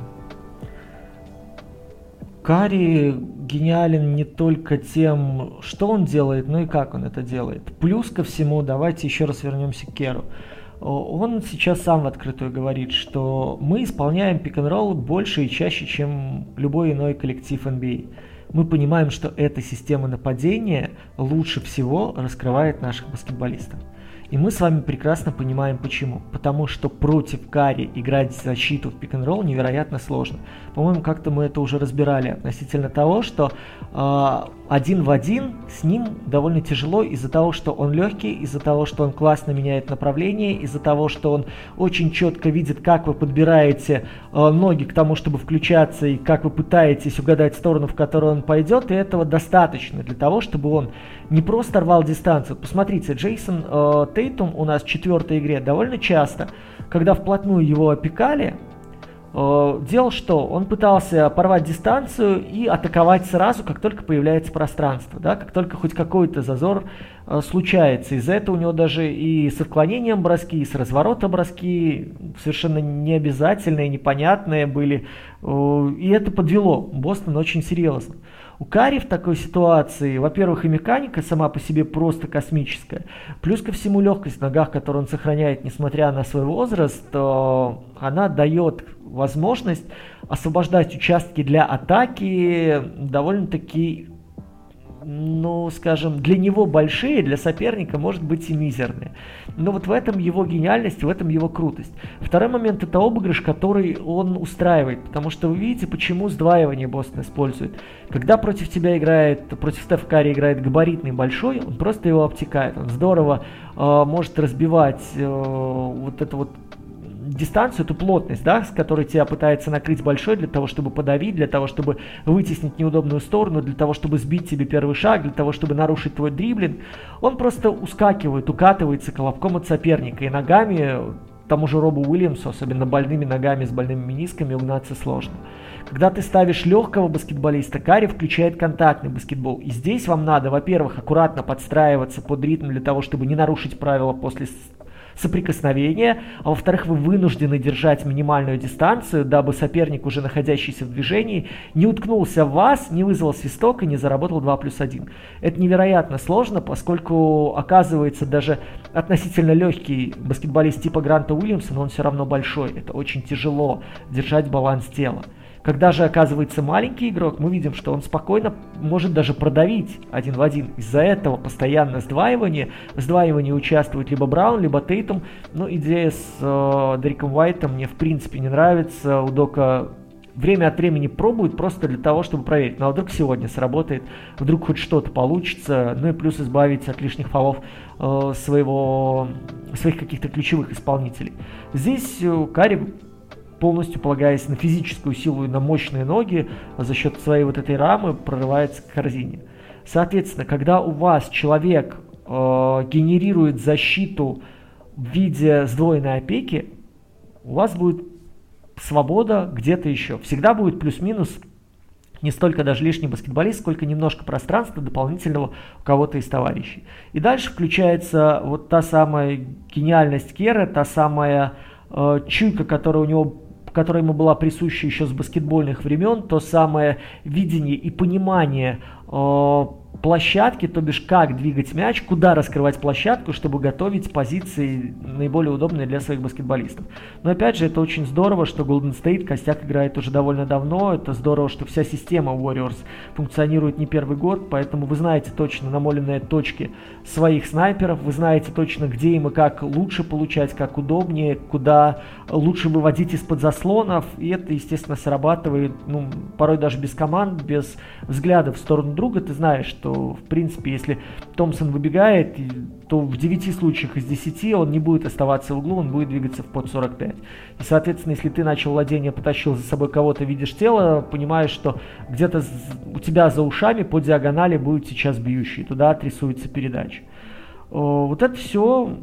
[SPEAKER 1] Карри гениален не только тем, что он делает, но и как он это делает. Плюс ко всему, давайте еще раз вернемся к Керу. Он сейчас сам в открытую говорит, что мы исполняем пик-н-ролл больше и чаще, чем любой иной коллектив NBA. Мы понимаем, что эта система нападения лучше всего раскрывает наших баскетболистов. И мы с вами прекрасно понимаем почему. Потому что против Карри играть в защиту в пик-н-ролл невероятно сложно. По-моему, как-то мы это уже разбирали относительно того, что один в один с ним довольно тяжело из-за того, что он легкий, из-за того, что он классно меняет направление, из-за того, что он очень четко видит, как вы подбираете ноги к тому, чтобы включаться, и как вы пытаетесь угадать сторону, в которую он пойдет, и этого достаточно для того, чтобы он не просто рвал дистанцию. Посмотрите, Джейсон Тейтум у нас в 4-й игре довольно часто, когда вплотную его опекали, делал что? Он пытался порвать дистанцию и атаковать сразу, как только появляется пространство, да? Как только хоть какой-то зазор случается. Из-за этого у него даже и с отклонением броски, и с разворота броски совершенно необязательные, непонятные были. И это подвело Бостон очень серьезно. У Карри в такой ситуации, во-первых, и механика сама по себе просто космическая, плюс ко всему легкость в ногах, которую он сохраняет, несмотря на свой возраст, она дает возможность освобождать участки для атаки довольно-таки, скажем, для него большие, для соперника, может быть, и мизерные. Но вот в этом его гениальность, в этом его крутость. Второй момент — это обыгрыш, который он устраивает, потому что вы видите, почему сдваивание Бостон использует. Когда против тебя играет, против Стеф Карри играет габаритный большой, он просто его обтекает. Он здорово может разбивать вот эту вот дистанцию, эту плотность, да, с которой тебя пытается накрыть большой, для того, чтобы подавить, для того, чтобы вытеснить неудобную сторону, для того, чтобы сбить тебе первый шаг, для того, чтобы нарушить твой дриблинг, он просто ускакивает, укатывается колобком от соперника, и ногами тому же Робу Уильямсу, особенно больными ногами с больными менисками, угнаться сложно. Когда ты ставишь легкого баскетболиста, Карри включает контактный баскетбол. И здесь вам надо, во-первых, аккуратно подстраиваться под ритм для того, чтобы не нарушить правила после соприкосновения, а во-вторых, вы вынуждены держать минимальную дистанцию, дабы соперник, уже находящийся в движении, не уткнулся в вас, не вызвал свисток и не заработал 2+1. Это невероятно сложно, поскольку, оказывается, даже относительно легкий баскетболист типа Гранта Уильямса, но он все равно большой. Это очень тяжело держать баланс тела. Когда же оказывается маленький игрок, мы видим, что он спокойно может даже продавить один в один. Из-за этого постоянно сдваивание. В сдваивании участвует либо Браун, либо Тейтум. Но идея с Дериком Уайтом мне в принципе не нравится. Удока время от времени пробует просто для того, чтобы проверить. Ну а вдруг сегодня сработает, вдруг хоть что-то получится. Ну и плюс избавиться от лишних фолов своих каких-то ключевых исполнителей. Здесь Карри, полностью полагаясь на физическую силу и на мощные ноги, за счет своей вот этой рамы прорывается к корзине. Соответственно, когда у вас человек генерирует защиту в виде сдвоенной опеки, у вас будет свобода где-то еще. Всегда будет плюс-минус не столько даже лишний баскетболист, сколько немножко пространства дополнительного у кого-то из товарищей. И дальше включается вот та самая гениальность Керра, та самая чуйка, которая ему была присуща еще с баскетбольных времен, то самое видение и понимание площадки, то бишь как двигать мяч, куда раскрывать площадку, чтобы готовить позиции наиболее удобные для своих баскетболистов. Но опять же, это очень здорово, что Golden State костяк играет уже довольно давно, это здорово, что вся система Warriors функционирует не первый год, поэтому вы знаете точно намоленные точки своих снайперов, вы знаете точно, где им и как лучше получать, как удобнее, куда лучше выводить из-под заслонов, и это, естественно, срабатывает, порой даже без команд, без взглядов в сторону друга. Ты знаешь, что в принципе, если Томпсон выбегает, то в 9 случаях из 10 он не будет оставаться в углу, он будет двигаться в под 45. И, соответственно, если ты начал владение, потащил за собой кого-то, видишь тело, понимаешь, что где-то у тебя за ушами по диагонали будет сейчас бьющий, туда отрисуется передача. Вот это все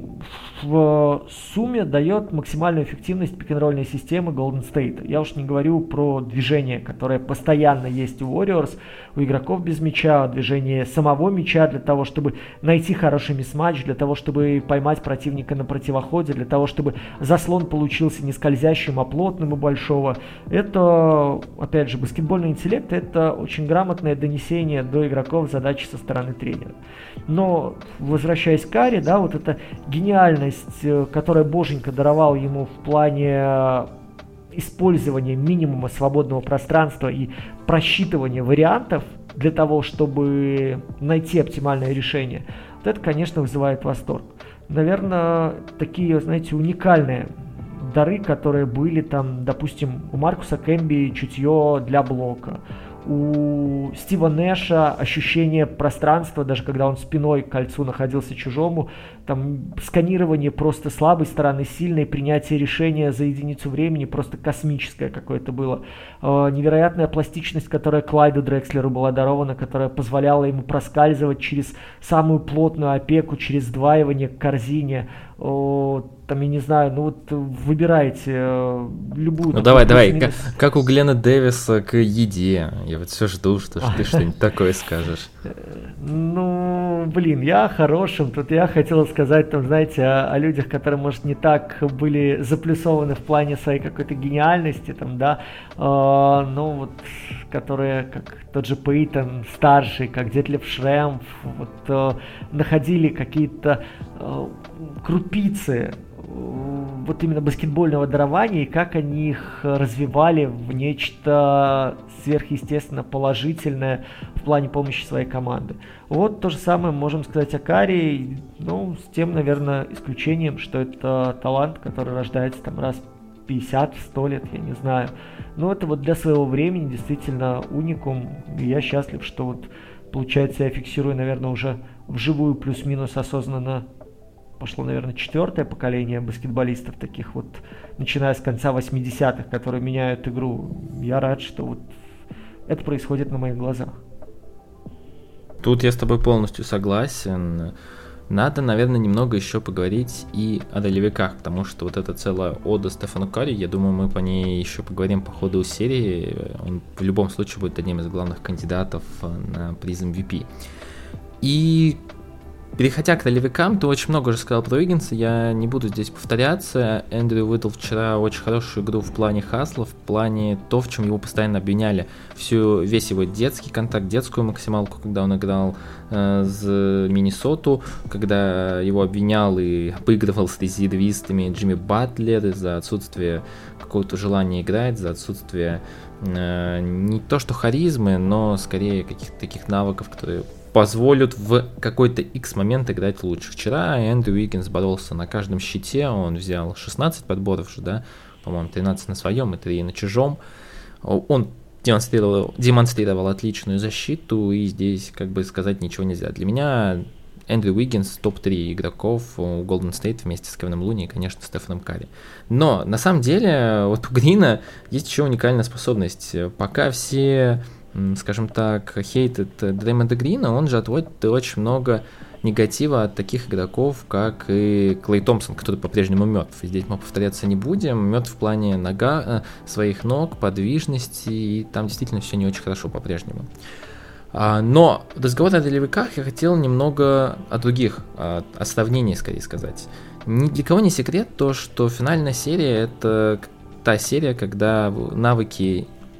[SPEAKER 1] в сумме дает максимальную эффективность пик-н-ролльной системы Golden State. Я уж не говорю про движение, которое постоянно есть у Warriors, у игроков без мяча, движение самого мяча для того, чтобы найти хороший мисс-матч, для того, чтобы поймать противника на противоходе, для того, чтобы заслон получился не скользящим, а плотным и большого. Это, опять же, баскетбольный интеллект, это очень грамотное донесение до игроков задачи со стороны тренера. Но, возвращаясь к Карри, да, вот эта гениальность, которую Боженька даровал ему в плане использования минимума свободного пространства и просчитывания вариантов для того, чтобы найти оптимальное решение, вот это, конечно, вызывает восторг. Наверное, такие, знаете, уникальные дары, которые были там, допустим, у Маркуса Кэмби чутье для блока, у Стива Нэша ощущение пространства, даже когда он спиной к кольцу находился чужому, там сканирование просто слабой стороны, сильной, принятие решения за единицу времени просто космическое какое-то было. Невероятная пластичность, которая Клайду Дрекслеру была дарована, которая позволяла ему проскальзывать через самую плотную опеку, через сдваивание к корзине. Там, я не знаю, выбирайте любую...
[SPEAKER 2] Давай, как у Глена Дэвиса к еде. Я вот все жду, что ты что-нибудь такое скажешь.
[SPEAKER 1] Я о хорошем. Тут я хотел сказать, там, знаете, о людях, которые, может, не так были заплюсованы в плане своей какой-то гениальности, там, да, которые, как тот же Пейтон старший, как Детлеф Шремф, находили какие-то крупицы вот именно баскетбольного дарования и как они их развивали в нечто сверхъестественно положительное в плане помощи своей команды. Вот то же самое можем сказать о Карри, с тем, наверное, исключением, что это талант, который рождается там раз 50-100 лет, я не знаю. Но это вот для своего времени действительно уникум, и я счастлив, что получается, я фиксирую, наверное, уже вживую плюс-минус осознанно пошло, наверное, 4-е поколение баскетболистов, таких начиная с конца 80-х, которые меняют игру. Я рад, что это происходит на моих глазах.
[SPEAKER 2] Тут я с тобой полностью согласен. Надо, наверное, немного еще поговорить и о долевиках, потому что это целая ода Стефану Карри, я думаю, мы по ней еще поговорим по ходу серии. Он в любом случае будет одним из главных кандидатов на приз MVP. И переходя к долевикам, ты очень много уже сказал про Уиггинса, я не буду здесь повторяться. Эндрю выдал вчера очень хорошую игру в плане хаслов, в плане того, в чем его постоянно обвиняли. Весь его детский контакт, детскую максималку, когда он играл за Миннесоту, когда его обвинял и обыгрывал с резервистами Джимми Батлер за отсутствие какого-то желания играть, за отсутствие не то что харизмы, но скорее каких-то таких навыков, которые позволят в какой-то X момент играть лучше. Вчера Эндрю Уиггинс боролся на каждом щите, он взял 16 подборов же, да, по-моему, 13 на своем и 3 на чужом. Он демонстрировал отличную защиту, и здесь, сказать ничего нельзя. Для меня Эндрю Уиггинс топ-3 игроков у Golden State вместе с Кевином Луни и, конечно, Стефаном Карри. Но, на самом деле, у Грина есть еще уникальная способность. Пока все, скажем так, хейтят Дреймонда Грина, он же отводит очень много негатива от таких игроков, как и Клей Томпсон, который по-прежнему мертв. И здесь мы повторяться не будем. Мертв в плане своих ног, подвижности, и там действительно все не очень хорошо по-прежнему. Но разговор о долевиках я хотел немного о других, о сравнении, скорее сказать. Ни для кого не секрет то, что финальная серия — это та серия, когда навыки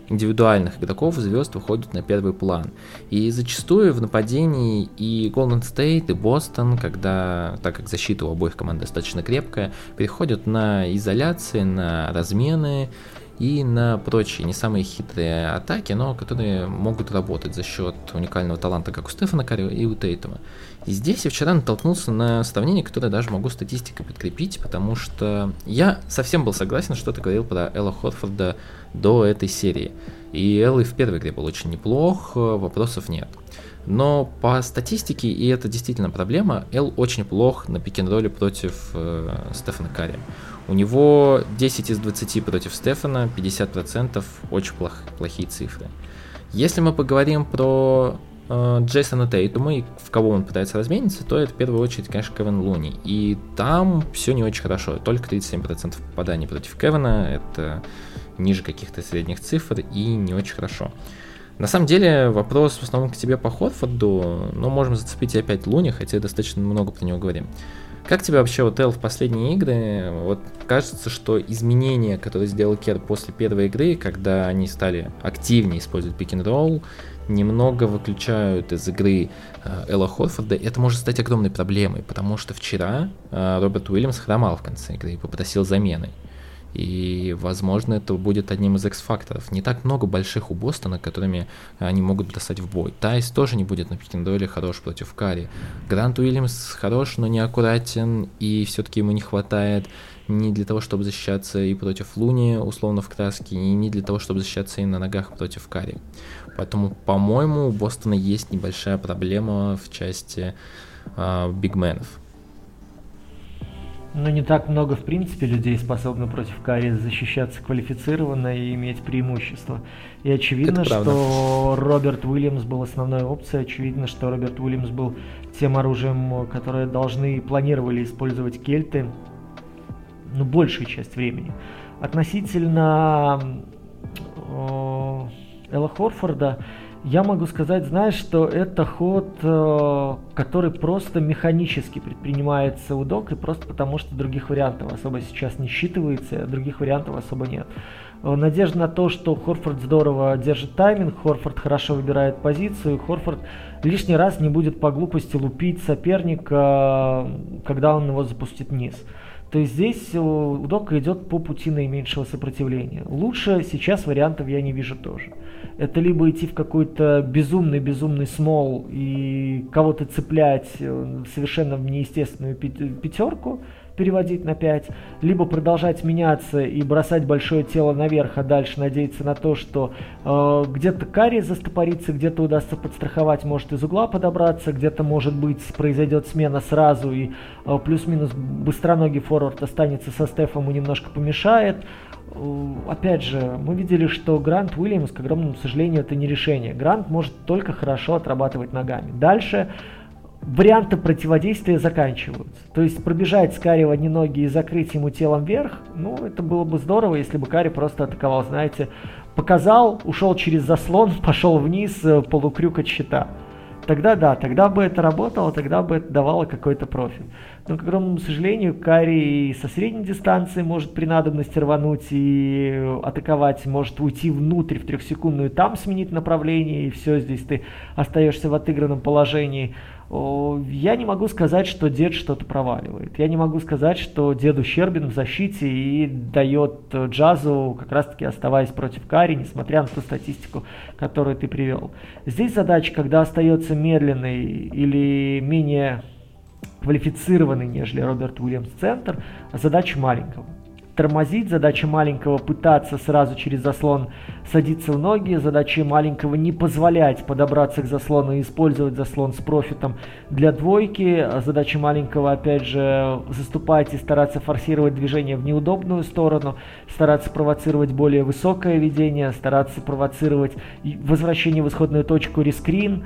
[SPEAKER 2] индивидуальных игроков звезд выходят на первый план. И зачастую в нападении и Golden State, и Бостон, так как защита у обоих команд достаточно крепкая, переходят на изоляции, на размены и на прочие не самые хитрые атаки, но которые могут работать за счет уникального таланта как у Стефана Карри и у Тейтума. И здесь я вчера натолкнулся на сравнение, которое даже могу статистикой подкрепить, потому что я совсем был согласен, что ты говорил про Элла Хорфорда до этой серии. И Эл и в первой игре был очень неплох, вопросов нет. Но по статистике, и это действительно проблема, Эл очень плох на пик-н-ролле против Стефана Карри. У него 10 из 20 против Стефана, 50%, очень плохие цифры. Если мы поговорим про Джейсона Тейтума и в кого он пытается размениться, то это в первую очередь, конечно, Кевин Луни. И там все не очень хорошо, только 37% попаданий против Кевина, это ниже каких-то средних цифр и не очень хорошо. На самом деле вопрос в основном к тебе по Хорфорду, но можем зацепить и опять Луни, хотя достаточно много про него говорим. Как тебе вообще Эл в последние игры? Кажется, что изменения, которые сделал Кер после первой игры, когда они стали активнее использовать пик-н-ролл, немного выключают из игры Элла Хорфорда. Это может стать огромной проблемой, потому что вчера Роберт Уильямс хромал в конце игры и попросил замены. И, возможно, это будет одним из X-факторов. Не так много больших у Бостона, которыми они могут бросать в бой. Тайс тоже не будет на пик-н-ролле хорош против Карри. Грант Уильямс хорош, но не аккуратен, и все-таки ему не хватает ни для того, чтобы защищаться и против Луни, условно, в краске, и не для того, чтобы защищаться и на ногах против Карри. Поэтому, по-моему, у Бостона есть небольшая проблема в части бигменов.
[SPEAKER 1] Но не так много, в принципе, людей способны против Карри защищаться квалифицированно и иметь преимущество. И очевидно, что Роберт Уильямс был основной опцией. Очевидно, что Роберт Уильямс был тем оружием, которое должны и планировали использовать кельты, большую часть времени. Относительно Элла Хорфорда, я могу сказать, что это ход, который просто механически предпринимается у Док, и просто потому, что других вариантов особо сейчас не считывается, других вариантов особо нет. Надежда на то, что Хорфорд здорово держит тайминг, Хорфорд хорошо выбирает позицию, Хорфорд лишний раз не будет по глупости лупить соперника, когда он его запустит вниз. То есть здесь у Дока идет по пути наименьшего сопротивления. Лучше сейчас вариантов я не вижу тоже. Это либо идти в какой-то безумный смол и кого-то цеплять совершенно в неестественную пятерку, переводить на 5, либо продолжать меняться и бросать большое тело наверх, а дальше надеяться на то, что где-то Карри застопорится, где-то удастся подстраховать, может из угла подобраться, где-то, может быть, произойдет смена сразу и плюс-минус быстроногий форвард останется со Стефом и немножко помешает. Опять же, мы видели, что Грант Уильямс, к огромному сожалению, это не решение. Грант может только хорошо отрабатывать ногами. Дальше варианты противодействия заканчиваются. То есть пробежать с Карри в одни ноги и закрыть ему телом вверх, это было бы здорово, если бы Карри просто атаковал, показал, ушел через заслон, пошел вниз, полукрюк от щита. Тогда да, тогда бы это работало, тогда бы это давало какой-то профит. Но, к огромному сожалению, Карри со средней дистанции может при надобности рвануть и атаковать, может уйти внутрь в 3-секундную, там сменить направление, и все, здесь ты остаешься в отыгранном положении. Я не могу сказать, что дед что-то проваливает. Я не могу сказать, что дед ущербен в защите и дает Джазу, как раз-таки оставаясь против Карри, несмотря на ту статистику, которую ты привел. Здесь задача, когда остается медленный или менее квалифицированный, нежели Роберт Уильямс центр, задача маленького. Тормозить, задача маленького пытаться сразу через заслон садиться в ноги, задача маленького не позволять подобраться к заслону и использовать заслон с профитом для двойки, задача маленького опять же заступать и стараться форсировать движение в неудобную сторону, стараться провоцировать более высокое ведение, стараться провоцировать возвращение в исходную точку рескрин.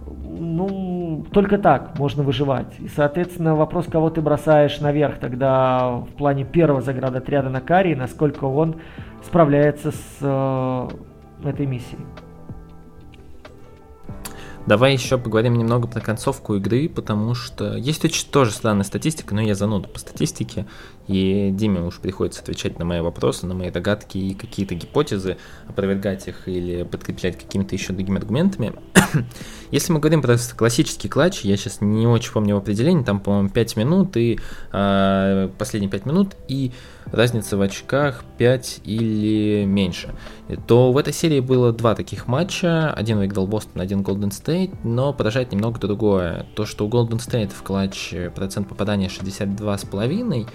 [SPEAKER 1] Только так можно выживать. И, соответственно, вопрос, кого ты бросаешь наверх тогда в плане первого заградотряда на Карри, насколько он справляется с этой миссией.
[SPEAKER 2] Давай еще поговорим немного про концовку игры, потому что есть очень тоже странная статистика, но я зануда по статистике, и Диме уж приходится отвечать на мои вопросы, на мои догадки и какие-то гипотезы, опровергать их или подкреплять какими-то еще другими аргументами. Если мы говорим про классический клатч, я сейчас не очень помню его определение, там, по-моему, 5 минут и последние 5 минут, и разница в очках 5 или меньше, то в этой серии было 2 таких матча, один выиграл Бостон, один Golden State, но поражает немного другое, то что у Golden State в клатч процент попадания 62,5,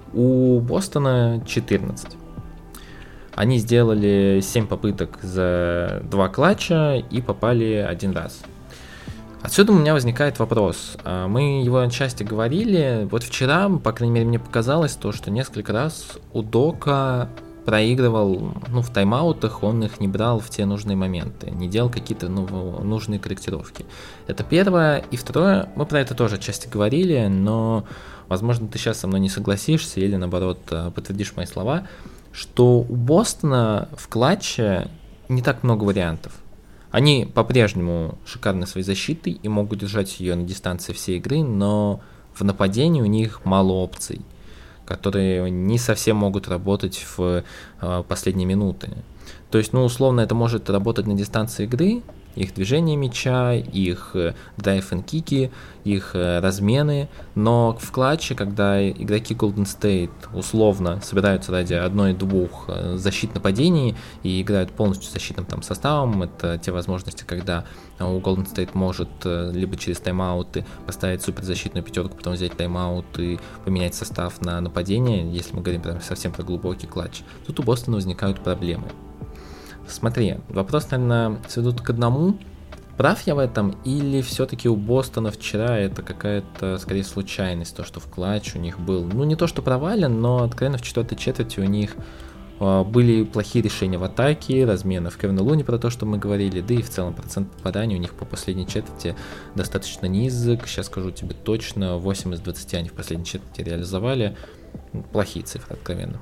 [SPEAKER 2] у Бостона 14. Они сделали 7 попыток за 2 клатча и попали 1 раз. Отсюда у меня возникает вопрос. Мы его отчасти говорили. Вот вчера, по крайней мере, мне показалось то, что несколько раз Удока проигрывал, в тайм-аутах, он их не брал в те нужные моменты, не делал какие-то нужные корректировки. Это первое. И второе, мы про это тоже отчасти говорили, но, возможно, ты сейчас со мной не согласишься или, наоборот, подтвердишь мои слова, что у Бостона в клатче не так много вариантов. Они по-прежнему шикарны своей защитой и могут держать ее на дистанции всей игры, но в нападении у них мало опций, которые не совсем могут работать в последние минуты. То есть, условно, это может работать на дистанции игры, их движение мяча, их драйв-н-кики, их размены, но в клатче, когда игроки Golden State условно собираются ради 1-2 защит-нападений и играют полностью защитным составом, это те возможности, когда у Golden State может либо через тайм-ауты поставить суперзащитную пятерку, потом взять тайм-аут и поменять состав на нападение, если мы говорим совсем про глубокий клатч. Тут у Бостона возникают проблемы. Смотри, вопрос, наверное, сведут к одному. Прав я в этом, или все-таки у Бостона вчера это какая-то, скорее, случайность, то, что в клатч у них был, не то что провален, но откровенно в четвертой четверти у них были плохие решения в атаке, размены в Кевина Луни, про то, что мы говорили, да и в целом процент попадания у них по последней четверти достаточно низок, сейчас скажу тебе точно, 8 из 20 они в последней четверти реализовали, плохие цифры, откровенно.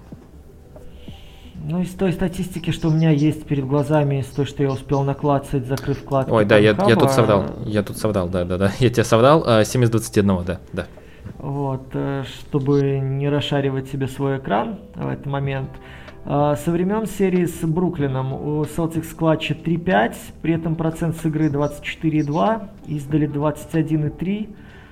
[SPEAKER 1] Из той статистики, что у меня есть перед глазами, из той, что я успел наклацать, закрыв вкладку.
[SPEAKER 2] Ой, да, я тут соврал, да, я тебя соврал, 7 из 21, да.
[SPEAKER 1] Вот, чтобы не расшаривать себе свой экран в этот момент. Со времен серии с Бруклином у Celtics в клатче 3-5, при этом процент с игры 24,2, издали 21,3,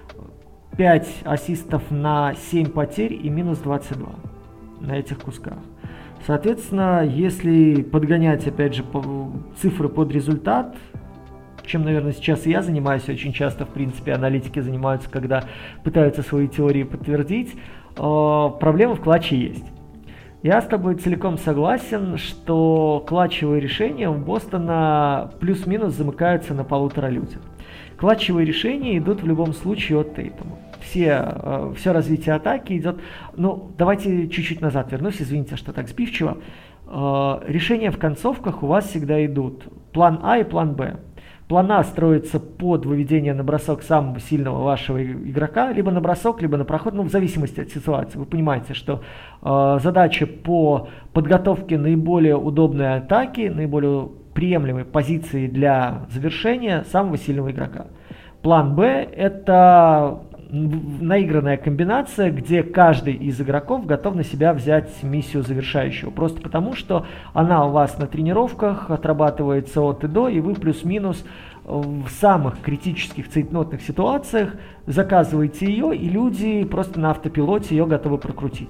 [SPEAKER 1] 5 ассистов на 7 потерь и минус 22 на этих кусках. Соответственно, если подгонять, опять же, цифры под результат, чем, наверное, сейчас я занимаюсь, очень часто, в принципе, аналитики занимаются, когда пытаются свои теории подтвердить, проблема в клатче есть. Я с тобой целиком согласен, что клатчевые решения у Бостона плюс-минус замыкаются на 1,5 людях. Клатчевые решения идут в любом случае от Тейтума. Все развитие атаки идет... давайте чуть-чуть назад вернусь, извините, что так сбивчиво. Решения в концовках у вас всегда идут план А и план Б. План А строится под выведение на бросок самого сильного вашего игрока, либо на бросок, либо на проход, в зависимости от ситуации. Вы понимаете, что задача по подготовке наиболее удобной атаки, наиболее приемлемой позиции для завершения самого сильного игрока. План Б – это наигранная комбинация, где каждый из игроков готов на себя взять миссию завершающего. Просто потому, что она у вас на тренировках отрабатывается от и до, и вы плюс-минус в самых критических цейтнотных ситуациях заказываете ее, и люди просто на автопилоте ее готовы прокрутить.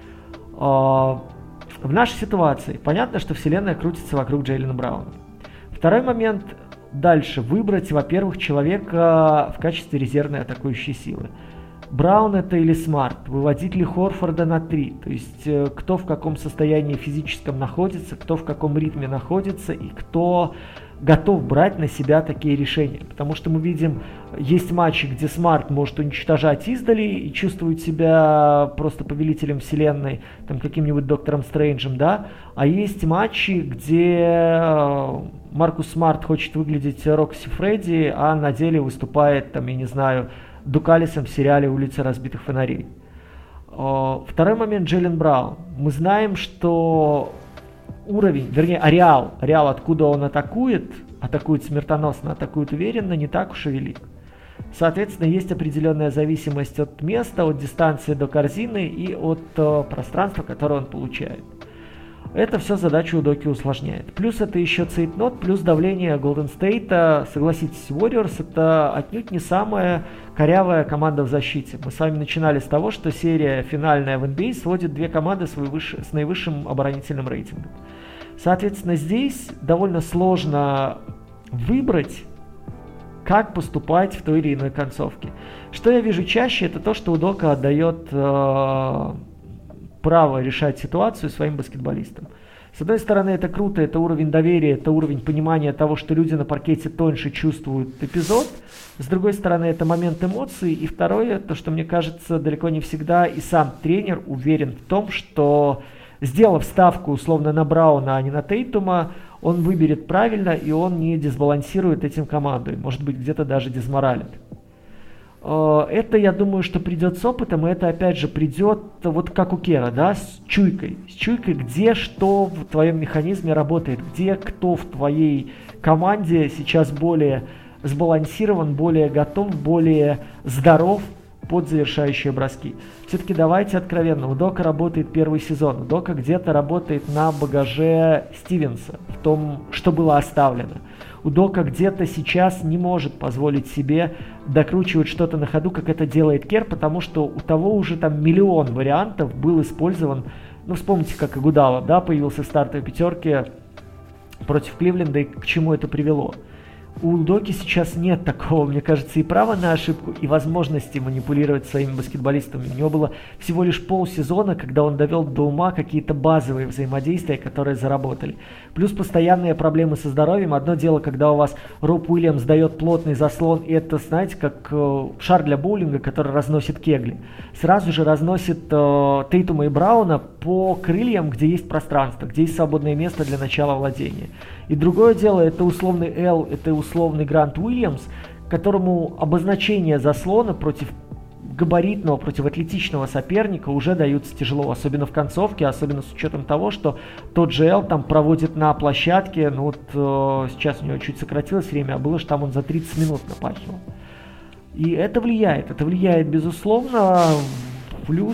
[SPEAKER 1] В нашей ситуации понятно, что вселенная крутится вокруг Джейлена Брауна. Второй момент. Дальше выбрать, во-первых, человека в качестве резервной атакующей силы. Браун это или Смарт, выводить ли Хорфорда на 3, то есть кто в каком состоянии физическом находится, кто в каком ритме находится и кто готов брать на себя такие решения. Потому что мы видим, есть матчи, где Смарт может уничтожать издали и чувствует себя просто повелителем вселенной, каким-нибудь Доктором Стрэнджем, да, а есть матчи, где Маркус Смарт хочет выглядеть Рокси Фредди, а на деле выступает, Дукалисом в сериале «Улица разбитых фонарей». Второй момент — Джейлен Браун. Мы знаем, что ареал, откуда он атакует, атакуют смертоносно, атакуют уверенно, не так уж и велик. Соответственно, есть определенная зависимость от места, от дистанции до корзины и от пространства, которое он получает. Это все задачу Удоки усложняет. Плюс это еще цейтнот, плюс давление Golden State. Согласитесь, Warriors это отнюдь не самая корявая команда в защите. Мы с вами начинали с того, что серия финальная в NBA сводит две команды с наивысшим оборонительным рейтингом. Соответственно, здесь довольно сложно выбрать, как поступать в той или иной концовке. Что я вижу чаще, это то, что Удока отдает право решать ситуацию своим баскетболистам. С одной стороны, это круто, это уровень доверия, это уровень понимания того, что люди на паркете тоньше чувствуют эпизод. С другой стороны, это момент эмоций. И второе, то, что мне кажется, далеко не всегда и сам тренер уверен в том, что, сделав ставку условно на Брауна, а не на Тейтума, он выберет правильно, и он не дисбалансирует этим команду, и, может быть, где-то даже дизморалит. Это, я думаю, что придет с опытом, и это, опять же, придет, вот как у Кера, да, с чуйкой, где что в твоем механизме работает, где кто в твоей команде сейчас более сбалансирован, более готов, более здоров под завершающие броски. Все-таки давайте откровенно, Удока работает первый сезон, Удока где-то работает на багаже Стивенса, в том, что было оставлено. Удока где-то сейчас не может позволить себе докручивать что-то на ходу, как это делает Кер, потому что у того уже там миллион вариантов был использован. Ну, вспомните, как Игудала, да, появился в стартовой пятерке против Кливленда, и к чему это привело. У Удоки сейчас нет такого, мне кажется, и права на ошибку, и возможности манипулировать своими баскетболистами. У него было всего лишь полсезона, когда он довел до ума какие-то базовые взаимодействия, которые заработали. Плюс постоянные проблемы со здоровьем. Одно дело, когда у вас Роб Уильямс дает плотный заслон, и это, знаете, как шар для боулинга, который разносит кегли. Сразу же разносит Тейтума и Брауна по крыльям, где есть пространство, где есть свободное место для начала владения. И другое дело, это условный Эл, это условный Грант Уильямс, которому обозначение заслона против габаритного, против атлетичного соперника уже даются тяжело, особенно в концовке, особенно с учетом того, что тот же Эл там проводит на площадке, ну вот сейчас у него чуть сократилось время, а было же там он за 30 минут напахивал. И это влияет безусловно, плюс,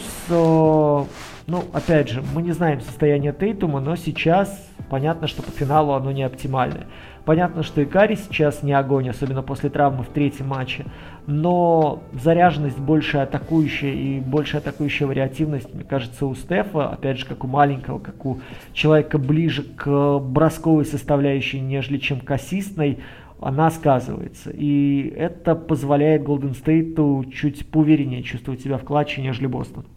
[SPEAKER 1] ну опять же, мы не знаем состояние Тейтума, но сейчас понятно, что по финалу оно не оптимальное. Понятно, что и Карри сейчас не огонь, особенно после травмы в третьем матче. Но заряженность больше атакующая и больше атакующая вариативность, мне кажется, у Стефа, опять же, как у маленького, как у человека ближе к бросковой составляющей, нежели чем к ассистной, она сказывается. И это позволяет Golden State чуть поувереннее чувствовать себя в клатче, нежели Бостон.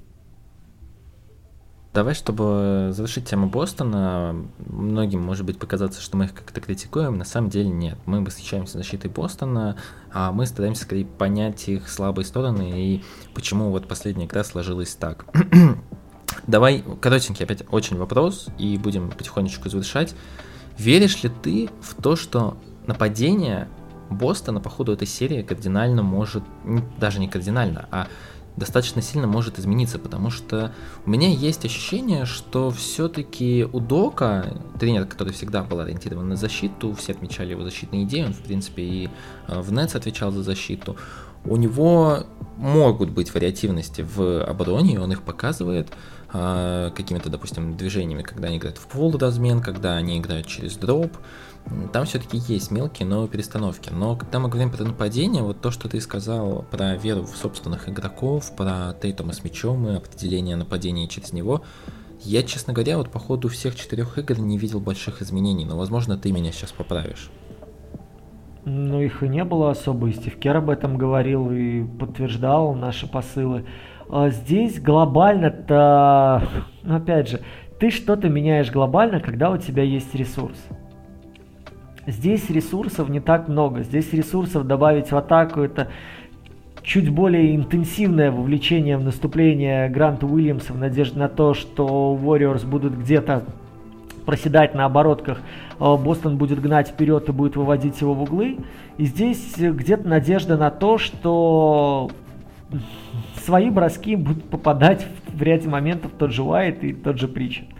[SPEAKER 2] Давай, чтобы завершить тему Бостона, многим может быть показаться, что мы их как-то критикуем, на самом деле нет. Мы восхищаемся защитой Бостона, а мы стараемся скорее понять их слабые стороны и почему вот последняя игра сложилась так. Давай, коротенький опять очень вопрос, и будем потихонечку завершать. Веришь ли ты в то, что нападение Бостона по ходу этой серии кардинально может, даже не кардинально, а достаточно сильно может измениться, потому что у меня есть ощущение, что все-таки Удока, тренер, который всегда был ориентирован на защиту, все отмечали его защитные идеи, он в принципе и в Нетс отвечал за защиту, у него могут быть вариативности в обороне, и он их показывает какими-то, допустим, движениями, когда они играют в полуразмен, когда они играют через дроп. Там все-таки есть мелкие, но перестановки. Но когда мы говорим про нападение, вот то, что ты сказал про веру в собственных игроков, про Тейтума с мячом и определение нападения через него, я, честно говоря, вот по ходу всех 4 игр не видел больших изменений, но, возможно, ты меня сейчас поправишь.
[SPEAKER 1] Ну, их и не было особо, и Стив Кер об этом говорил и подтверждал наши посылы. Здесь глобально-то, опять же, ты что-то меняешь глобально, когда у тебя есть ресурс. Здесь ресурсов не так много. Здесь ресурсов добавить в атаку — это чуть более интенсивное вовлечение в наступление Гранта Уильямса в надежде на то, что Warriors будут где-то проседать на оборотках, Бостон будет гнать вперед и будет выводить его в углы. И здесь где-то надежда на то, что свои броски будут попадать в ряде моментов тот же Уайт и тот же Притчард.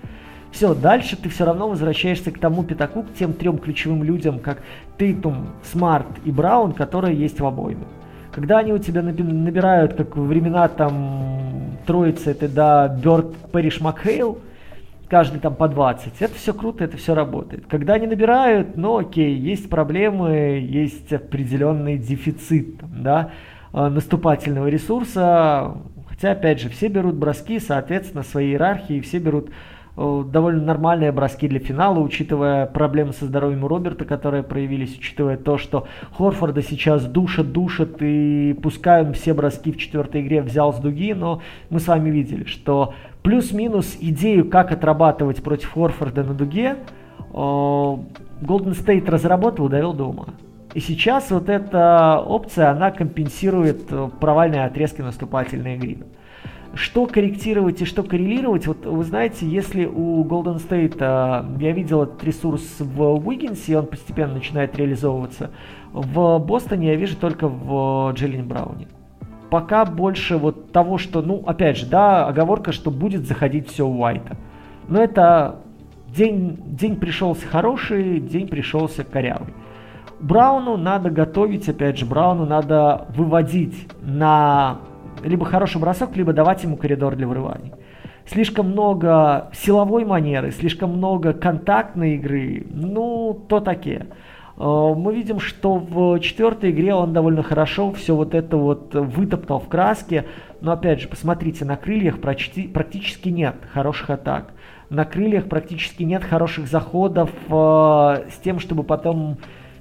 [SPEAKER 1] Все, дальше ты все равно возвращаешься к тому пятаку, к тем 3 ключевым людям, как Тейтум, Смарт и Браун, которые есть в обойме. Когда они у тебя набирают, как во времена там троицы, это да, Бёрд, Пэриш, Макхейл, каждый там по 20, это все круто, это все работает. Когда они набирают, ну окей, есть проблемы, есть определенный дефицит, да, наступательного ресурса, хотя, опять же, все берут броски, соответственно, своей иерархии, все берут довольно нормальные броски для финала, учитывая проблемы со здоровьем у Роберта, которые проявились, учитывая то, что Хорфорда сейчас душат, и пускай он все броски в 4-й игре взял с дуги, но мы с вами видели, что плюс-минус идею, как отрабатывать против Хорфорда на дуге, Golden State разработал и довел до ума. И сейчас вот эта опция, она компенсирует провальные отрезки наступательной игры. Что корректировать и что коррелировать, вот вы знаете, если у Golden State я видел этот ресурс в Уиггинсе, и он постепенно начинает реализовываться, в Бостоне я вижу только в Джейлене Брауне. Пока больше вот того, что, ну, опять же, да, оговорка, что будет заходить все у Уайта. Но это день пришелся хороший, день пришелся корявый. Брауну надо готовить, опять же, Брауну надо выводить на либо хороший бросок, либо давать ему коридор для вырываний. Слишком много силовой манеры, слишком много контактной игры, ну, то такие. Мы видим, что в 4-й игре он довольно хорошо все вот это вот вытоптал в краске, но опять же, посмотрите, на крыльях практически нет хороших атак. На крыльях практически нет хороших заходов с тем, чтобы потом,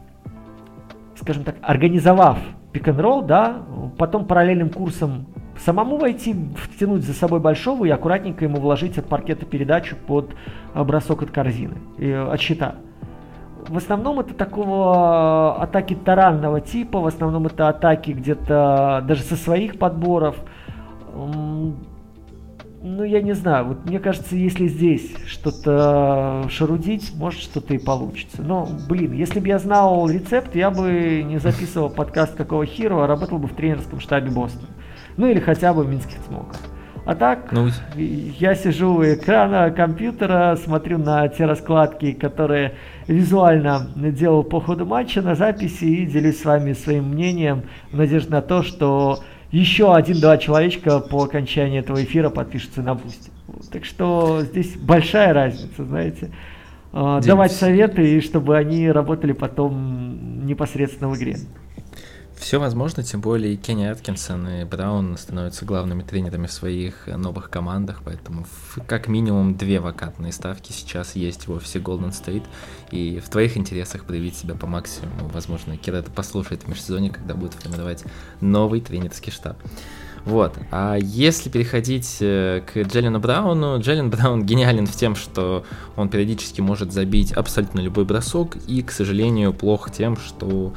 [SPEAKER 1] скажем так, организовав пик-н-ролл, да, потом параллельным курсом самому войти, втянуть за собой большого и аккуратненько ему вложить от паркета передачу под бросок от корзины, от щита. В основном это такого атаки таранного типа, в основном это атаки где-то даже со своих подборов. Ну, я не знаю, вот мне кажется, если здесь что-то шарудить, может что-то и получится. Но, блин, если бы я знал рецепт, я бы не записывал подкаст «Какого Hero», а работал бы в тренерском штабе Бостона. Ну, или хотя бы в Минских Смоках. А так, я сижу у экрана компьютера, смотрю на те раскладки, которые визуально делал по ходу матча на записи и делюсь с вами своим мнением в надежде на то, что еще 1-2 человечка по окончании этого эфира подпишутся на Бусти. Так что здесь большая разница, знаете. Давать советы, и чтобы они работали потом непосредственно в игре.
[SPEAKER 2] Все возможно, тем более и Кенни Аткинсон, и Браун становятся главными тренерами в своих новых командах, поэтому как минимум 2 вакантные ставки сейчас есть в офисе Golden State, и в твоих интересах проявить себя по максимуму. Возможно, Кира это послушает в межсезонье, когда будет формировать новый тренерский штаб. Вот, а если переходить к Джейлену Брауну, Джейлен Браун гениален в тем, что он периодически может забить абсолютно любой бросок, и, к сожалению, плох тем, что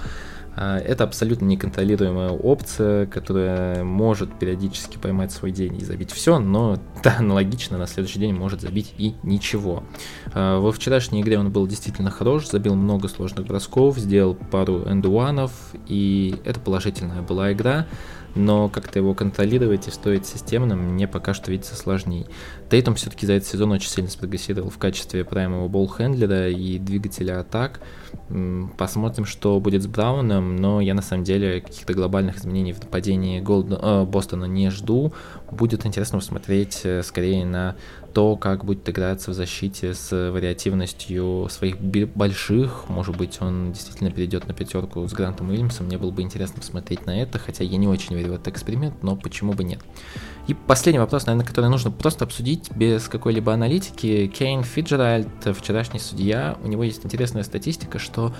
[SPEAKER 2] это абсолютно неконтролируемая опция, которая может периодически поймать свой день и забить все, но аналогично на следующий день может забить и ничего. Во вчерашней игре он был действительно хорош, забил много сложных бросков, сделал пару энд-уанов, и это положительная была игра, но как-то его контролировать и стоить системно мне пока что видится сложнее. Тейтум все-таки за этот сезон очень сильно спрогрессировал в качестве праймового болл-хендлера и двигателя атак. Посмотрим, что будет с Брауном, но я на самом деле каких-то глобальных изменений в нападении Бостона не жду. Будет интересно посмотреть скорее на то, как будет играться в защите с вариативностью своих больших. Может быть, он действительно перейдет на 5 с Грантом Уильямсом. Мне было бы интересно посмотреть на это, хотя я не очень верю в этот эксперимент, но почему бы нет. И последний вопрос, наверное, который нужно просто обсудить без какой-либо аналитики. Кейн Фиджеральд, вчерашний судья, у него есть интересная статистика, что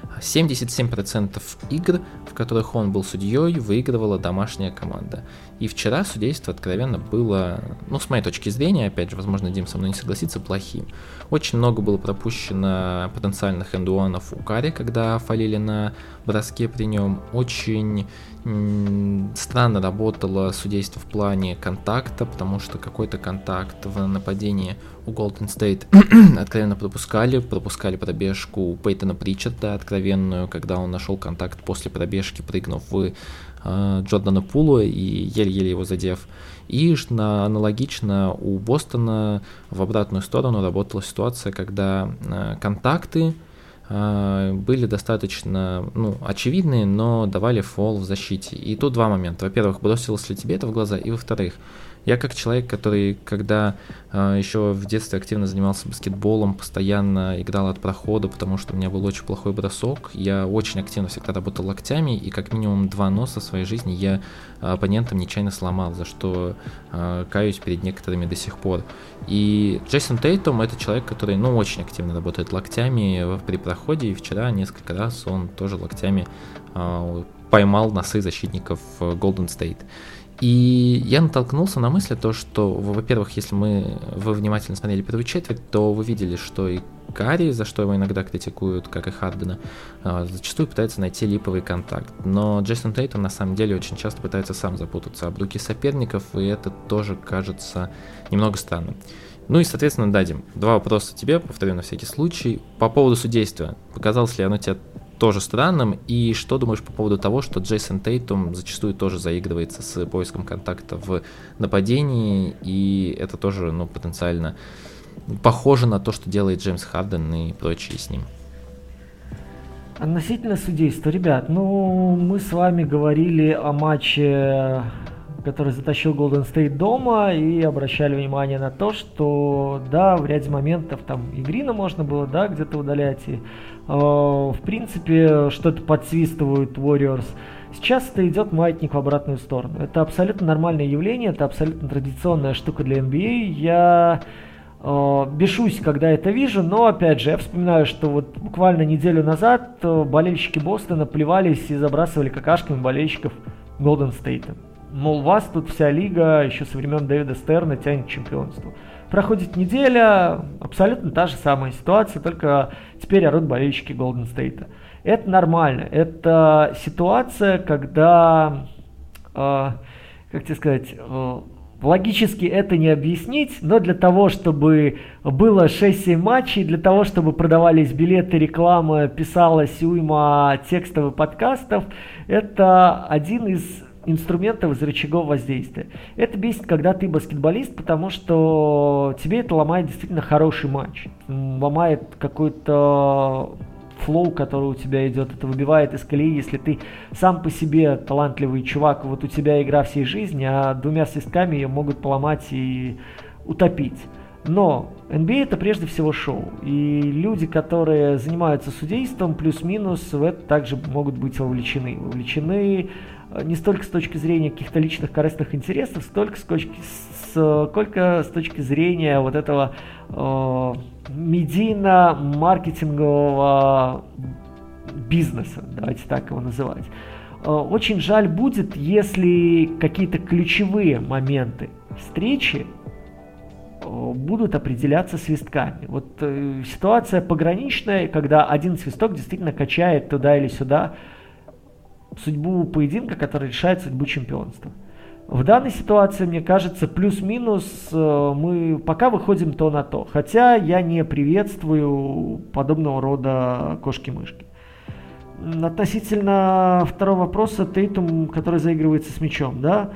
[SPEAKER 2] 77% игр, в которых он был судьей, выигрывала домашняя команда. И вчера судейство откровенно было, ну, с моей точки зрения, опять же, возможно, Дим со мной не согласится, плохим. Очень много было пропущено потенциальных энд-уанов у Карри, когда фолили на броске при нем. Очень странно работало судейство в плане контакта, потому что какой-то контакт в нападении у Golden State откровенно пропускали пробежку у Пейтона Причарда откровенную, когда он нашел контакт после пробежки, прыгнув в Джордана Пулу и еле-еле его задев. И аналогично у Бостона в обратную сторону работала ситуация, когда контакты были достаточно очевидные, но давали фол в защите. И тут два момента. Во-первых, бросилось ли тебе это в глаза? И во-вторых, я как человек, который, когда еще в детстве активно занимался баскетболом, постоянно играл от прохода, потому что у меня был очень плохой бросок, я очень активно всегда работал локтями, и как минимум 2 носа в своей жизни я оппонентам нечаянно сломал, за что каюсь перед некоторыми до сих пор. И Джейсон Тейтум — это человек, который очень активно работает локтями при проходе, и вчера несколько раз он тоже локтями поймал носы защитников Golden State. И я натолкнулся на мысль, что, во-первых, если вы внимательно смотрели первую четверть, то вы видели, что и Карри, за что его иногда критикуют, как и Хардена, зачастую пытается найти липовый контакт. Но Джейсон Тейтум на самом деле очень часто пытается сам запутаться об руки соперников, и это тоже кажется немного странным. Ну и, соответственно, дадим 2 вопроса тебе, повторю на всякий случай. По поводу судейства. Показалось ли оно тебе тоже странным, и что думаешь по поводу того, что Джейсон Тейтум зачастую тоже заигрывается с поиском контакта в нападении, и это тоже, потенциально похоже на то, что делает Джеймс Харден и прочие с ним?
[SPEAKER 1] Относительно судейства, ребят, мы с вами говорили о матче, который затащил Golden State дома, и обращали внимание на то, что, да, в ряде моментов там и Грина можно было, да, где-то удалять, и в принципе что-то подсвистывают Warriors. Сейчас это идет маятник в обратную сторону. Это абсолютно нормальное явление, это абсолютно традиционная штука для NBA. Я бешусь, когда это вижу, но опять же, я вспоминаю, что вот буквально неделю назад болельщики Бостона плевались и забрасывали какашками болельщиков Golden State. Мол, вас тут вся лига еще со времен Дэвида Стерна тянет к чемпионству. Проходит неделя, абсолютно та же самая ситуация, только теперь орут болельщики Golden State. Это нормально. Это ситуация, когда, как тебе сказать, логически это не объяснить, но для того, чтобы было 6-7 матчей, для того, чтобы продавались билеты, реклама, писалась уйма текстов и подкастов, это один из инструментов из рычагов воздействия. Это бесит, когда ты баскетболист, потому что тебе это ломает действительно хороший матч. Ломает какой-то флоу, который у тебя идет, это выбивает из колеи, если ты сам по себе талантливый чувак, вот у тебя игра всей жизни, а 2 свистками ее могут поломать и утопить. Но NBA это прежде всего шоу, и люди, которые занимаются судейством, плюс-минус в это также могут быть вовлечены. Вовлечены не столько с точки зрения каких-то личных корыстных интересов, сколько с точки зрения вот этого медийно-маркетингового бизнеса, давайте так его называть. Очень жаль будет, если какие-то ключевые моменты встречи будут определяться свистками. Вот ситуация пограничная, когда один свисток действительно качает туда или сюда судьбу поединка, который решает судьбу чемпионства. В данной ситуации, мне кажется, плюс-минус мы пока выходим то на то. Хотя я не приветствую подобного рода кошки-мышки. Относительно второго вопроса, Тейтум, который заигрывается с мячом, да,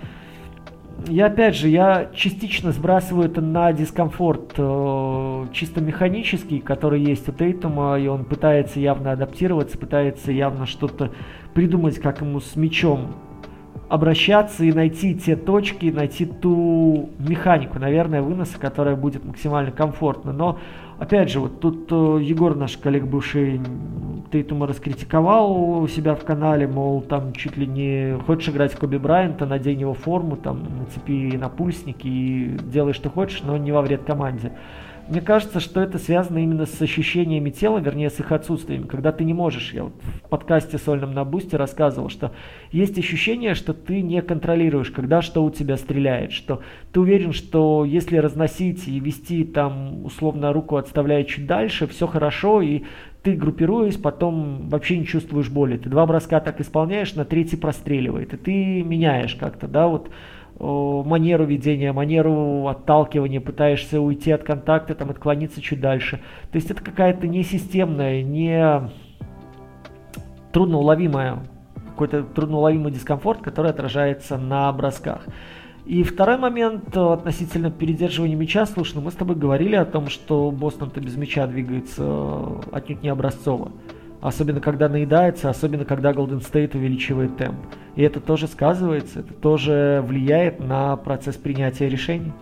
[SPEAKER 1] я частично сбрасываю это на дискомфорт чисто механический, который есть у Тейтума, и он пытается явно адаптироваться, пытается явно что-то придумать, как ему с мячом обращаться и найти те точки, найти ту механику, наверное, выноса, которая будет максимально комфортна. Но, опять же, вот тут Егор, наш коллега бывший, Тейтума раскритиковал у себя в канале, мол, там чуть ли не хочешь играть в Коби Брайанта, надень его форму, там, нацепи напульсники и делай, что хочешь, но не во вред команде. Мне кажется, что это связано именно с ощущениями тела, вернее, с их отсутствием. Когда ты не можешь, я вот в подкасте сольном на Бусте рассказывал, что есть ощущение, что ты не контролируешь, когда что у тебя стреляет, что ты уверен, что если разносить и вести там, условно, руку отставляя чуть дальше, все хорошо, и ты, группируясь, потом вообще не чувствуешь боли. Ты 2 броска так исполняешь, на 3-й простреливает, и ты меняешь как-то, да, вот. манеру ведения, манеру отталкивания, пытаешься уйти от контакта, там, отклониться чуть дальше. То есть это какая-то несистемная, не трудноуловимая, какой-то трудноуловимый дискомфорт, который отражается на бросках. И второй момент относительно передерживания мяча. Слушай, мы с тобой говорили о том, что Бостон-то без мяча двигается отнюдь не образцово. Особенно когда наедается, особенно когда Golden State увеличивает темп. И это тоже сказывается, это тоже влияет на процесс принятия решений.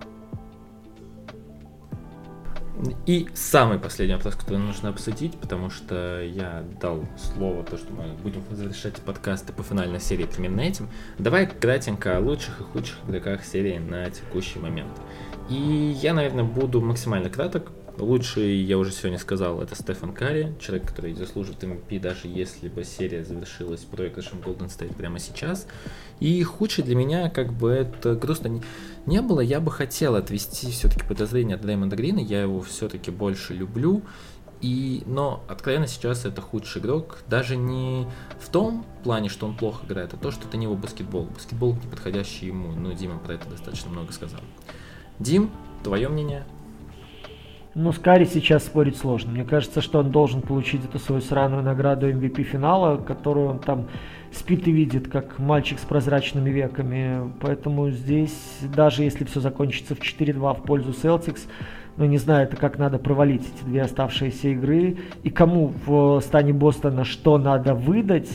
[SPEAKER 2] И самый последний вопрос, который нужно обсудить, потому что я дал слово, то, что мы будем завершать подкасты по финальной серии примерно этим. Давай кратенько о лучших и худших игроках серии на текущий момент. И я, наверное, буду максимально краток. Лучший, я уже сегодня сказал, это Стефан Карри, человек, который заслуживает MVP, даже если бы серия завершилась проигрышем Golden State прямо сейчас. И худший для меня, как бы это грустно не было, я бы хотел отвести все-таки подозрение от Дреймонда Грина, я его все-таки больше люблю. Но откровенно сейчас это худший игрок, даже не в том плане, что он плохо играет, а то, что это не его баскетбол. Баскетбол не подходящий ему, Дима про это достаточно много сказал. Дим, твое мнение?
[SPEAKER 1] С Карри сейчас спорить сложно. Мне кажется, что он должен получить эту свою сраную награду MVP финала, которую он там спит и видит, как мальчик с прозрачными веками. Поэтому здесь, даже если все закончится в 4-2 в пользу Celtics, не знаю, это как надо провалить эти две оставшиеся игры. И кому в стане Бостона что надо выдать,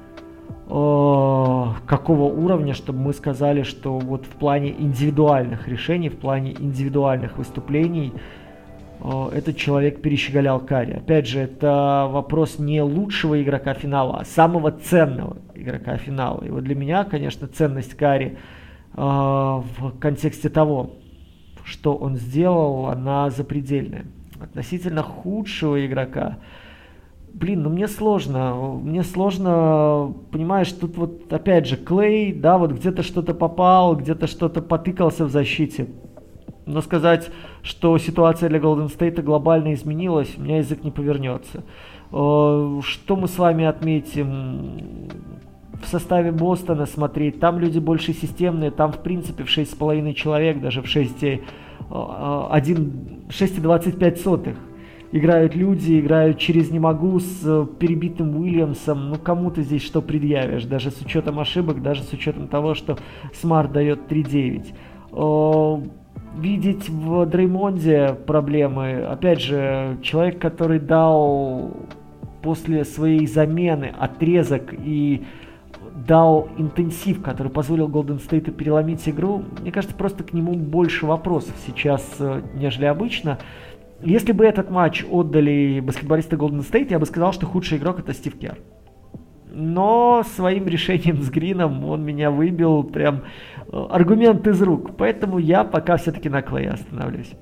[SPEAKER 1] какого уровня, чтобы мы сказали, что вот в плане индивидуальных решений, в плане индивидуальных выступлений этот человек перещеголял Карри. Опять же, это вопрос не лучшего игрока финала, а самого ценного игрока финала. И вот для меня, конечно, ценность Карри в контексте того, что он сделал, она запредельная. Относительно худшего игрока, мне сложно, понимаешь, тут вот опять же Клей, да, вот где-то что-то попал, где-то что-то потыкался в защите. Но сказать, что ситуация для Golden State глобально изменилась, у меня язык не повернется. Что мы с вами отметим? В составе Бостона смотреть, там люди больше системные, там в принципе в 6,5 человек, даже в 6,25 играют люди, играют через не могу с перебитым Уильямсом. Кому ты здесь что предъявишь, даже с учетом ошибок, даже с учетом того, что Смарт дает 3-9. Видеть в Дреймонде проблемы. Опять же, человек, который дал после своей замены отрезок и дал интенсив, который позволил Golden State переломить игру, мне кажется, просто к нему больше вопросов сейчас, нежели обычно. Если бы этот матч отдали баскетболисты Golden State, я бы сказал, что худший игрок это Стив Керр. Но своим решением с Грином он меня выбил прям аргумент из рук. Поэтому я пока все-таки на Клее остановлюсь.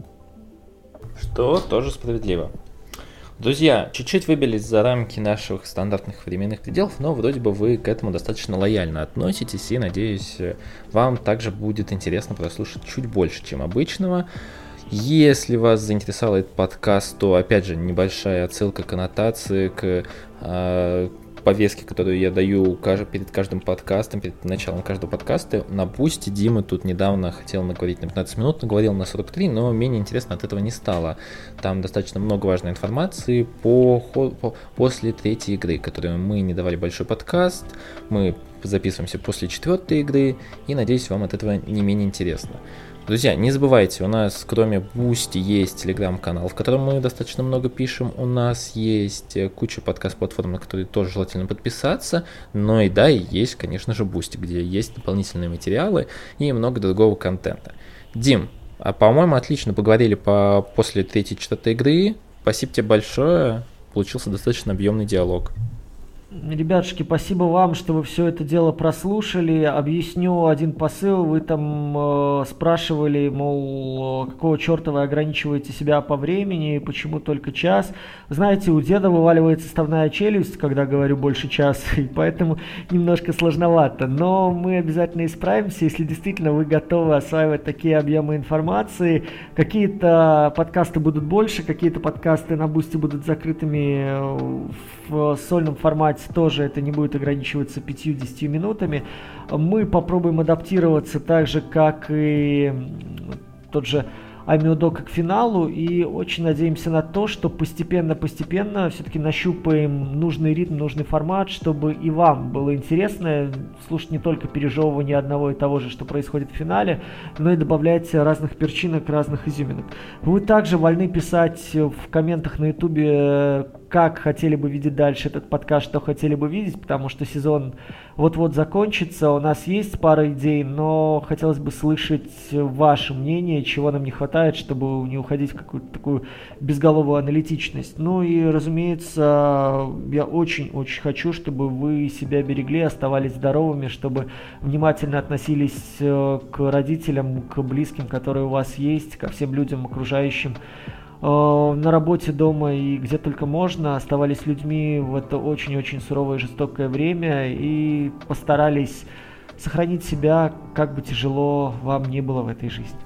[SPEAKER 2] Что тоже справедливо. Друзья, чуть-чуть выбились за рамки наших стандартных временных пределов, но вроде бы вы к этому достаточно лояльно относитесь, и, надеюсь, вам также будет интересно прослушать чуть больше, чем обычного. Если вас заинтересовал этот подкаст, то, опять же, небольшая отсылка к аннотации, к повестке, которую я даю перед каждым подкастом, перед началом каждого подкаста. На Бусти Дима тут недавно хотел наговорить на 15 минут, наговорил на 43, но менее интересно от этого не стало. Там достаточно много важной информации после третьей игры, которую мы не давали большой подкаст. Мы записываемся после четвертой игры, и надеюсь, вам от этого не менее интересно. Друзья, не забывайте, у нас кроме Boosty есть телеграм-канал, в котором мы достаточно много пишем, у нас есть куча подкаст-платформ, на которые тоже желательно подписаться, но и есть, конечно же, Boosty, где есть дополнительные материалы и много другого контента. Дим, по-моему, отлично поговорили после третьей-четвертой игры, спасибо тебе большое, получился достаточно объемный диалог.
[SPEAKER 1] Ребятушки, спасибо вам, что вы все это дело прослушали. Объясню один посыл. Вы там спрашивали, мол, какого черта вы ограничиваете себя по времени, почему только час. Знаете, у деда вываливает составная челюсть, когда говорю больше часа, и поэтому немножко сложновато. Но мы обязательно исправимся, если действительно вы готовы осваивать такие объемы информации. Какие-то подкасты будут больше, какие-то подкасты на Бусти будут закрытыми в сольном формате тоже это не будет ограничиваться 5-10 минутами. Мы попробуем адаптироваться так же, как и тот же Амиудока к финалу, и очень надеемся на то, что постепенно все-таки нащупаем нужный ритм, нужный формат, чтобы и вам было интересно слушать не только пережевывание одного и того же, что происходит в финале, но и добавлять разных перчинок, разных изюминок. Вы также вольны писать в комментах на ютубе, как хотели бы видеть дальше этот подкаст, что хотели бы видеть, потому что сезон вот-вот закончится, у нас есть пара идей, но хотелось бы слышать ваше мнение, чего нам не хватает, чтобы не уходить в какую-то такую безголовую аналитичность. Ну и, разумеется, я очень-очень хочу, чтобы вы себя берегли, оставались здоровыми, чтобы внимательно относились к родителям, к близким, которые у вас есть, ко всем людям окружающим, на работе, дома и где только можно, оставались людьми в это очень-очень суровое и жестокое время и постарались сохранить себя, как бы тяжело вам ни было в этой жизни.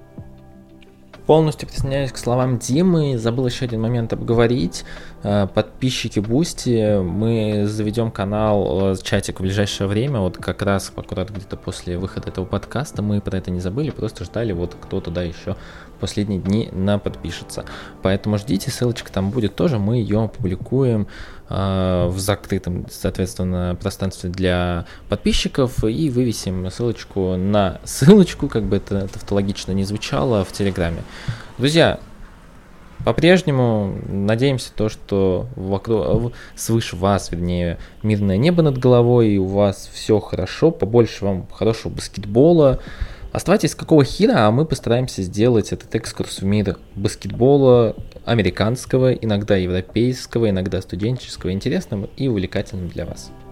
[SPEAKER 2] Полностью присоединяюсь к словам Димы. Забыл еще один момент обговорить. Подписчики Boosty, мы заведем канал, чатик в ближайшее время, вот как раз аккурат где-то после выхода этого подкаста. Мы про это не забыли, просто ждали, вот кто туда еще в последние дни подпишется. Поэтому ждите, ссылочка там будет тоже, мы ее опубликуем в закрытом, соответственно, пространстве для подписчиков и вывесим ссылочку на ссылочку, как бы это тавтологично не звучало, в Телеграме. Друзья, по-прежнему надеемся то, что вокруг, свыше вас, вернее, мирное небо над головой, и у вас все хорошо, побольше вам хорошего баскетбола. Оставайтесь какого хера, а мы постараемся сделать этот экскурс в мир баскетбола американского, иногда европейского, иногда студенческого, интересным и увлекательным для вас.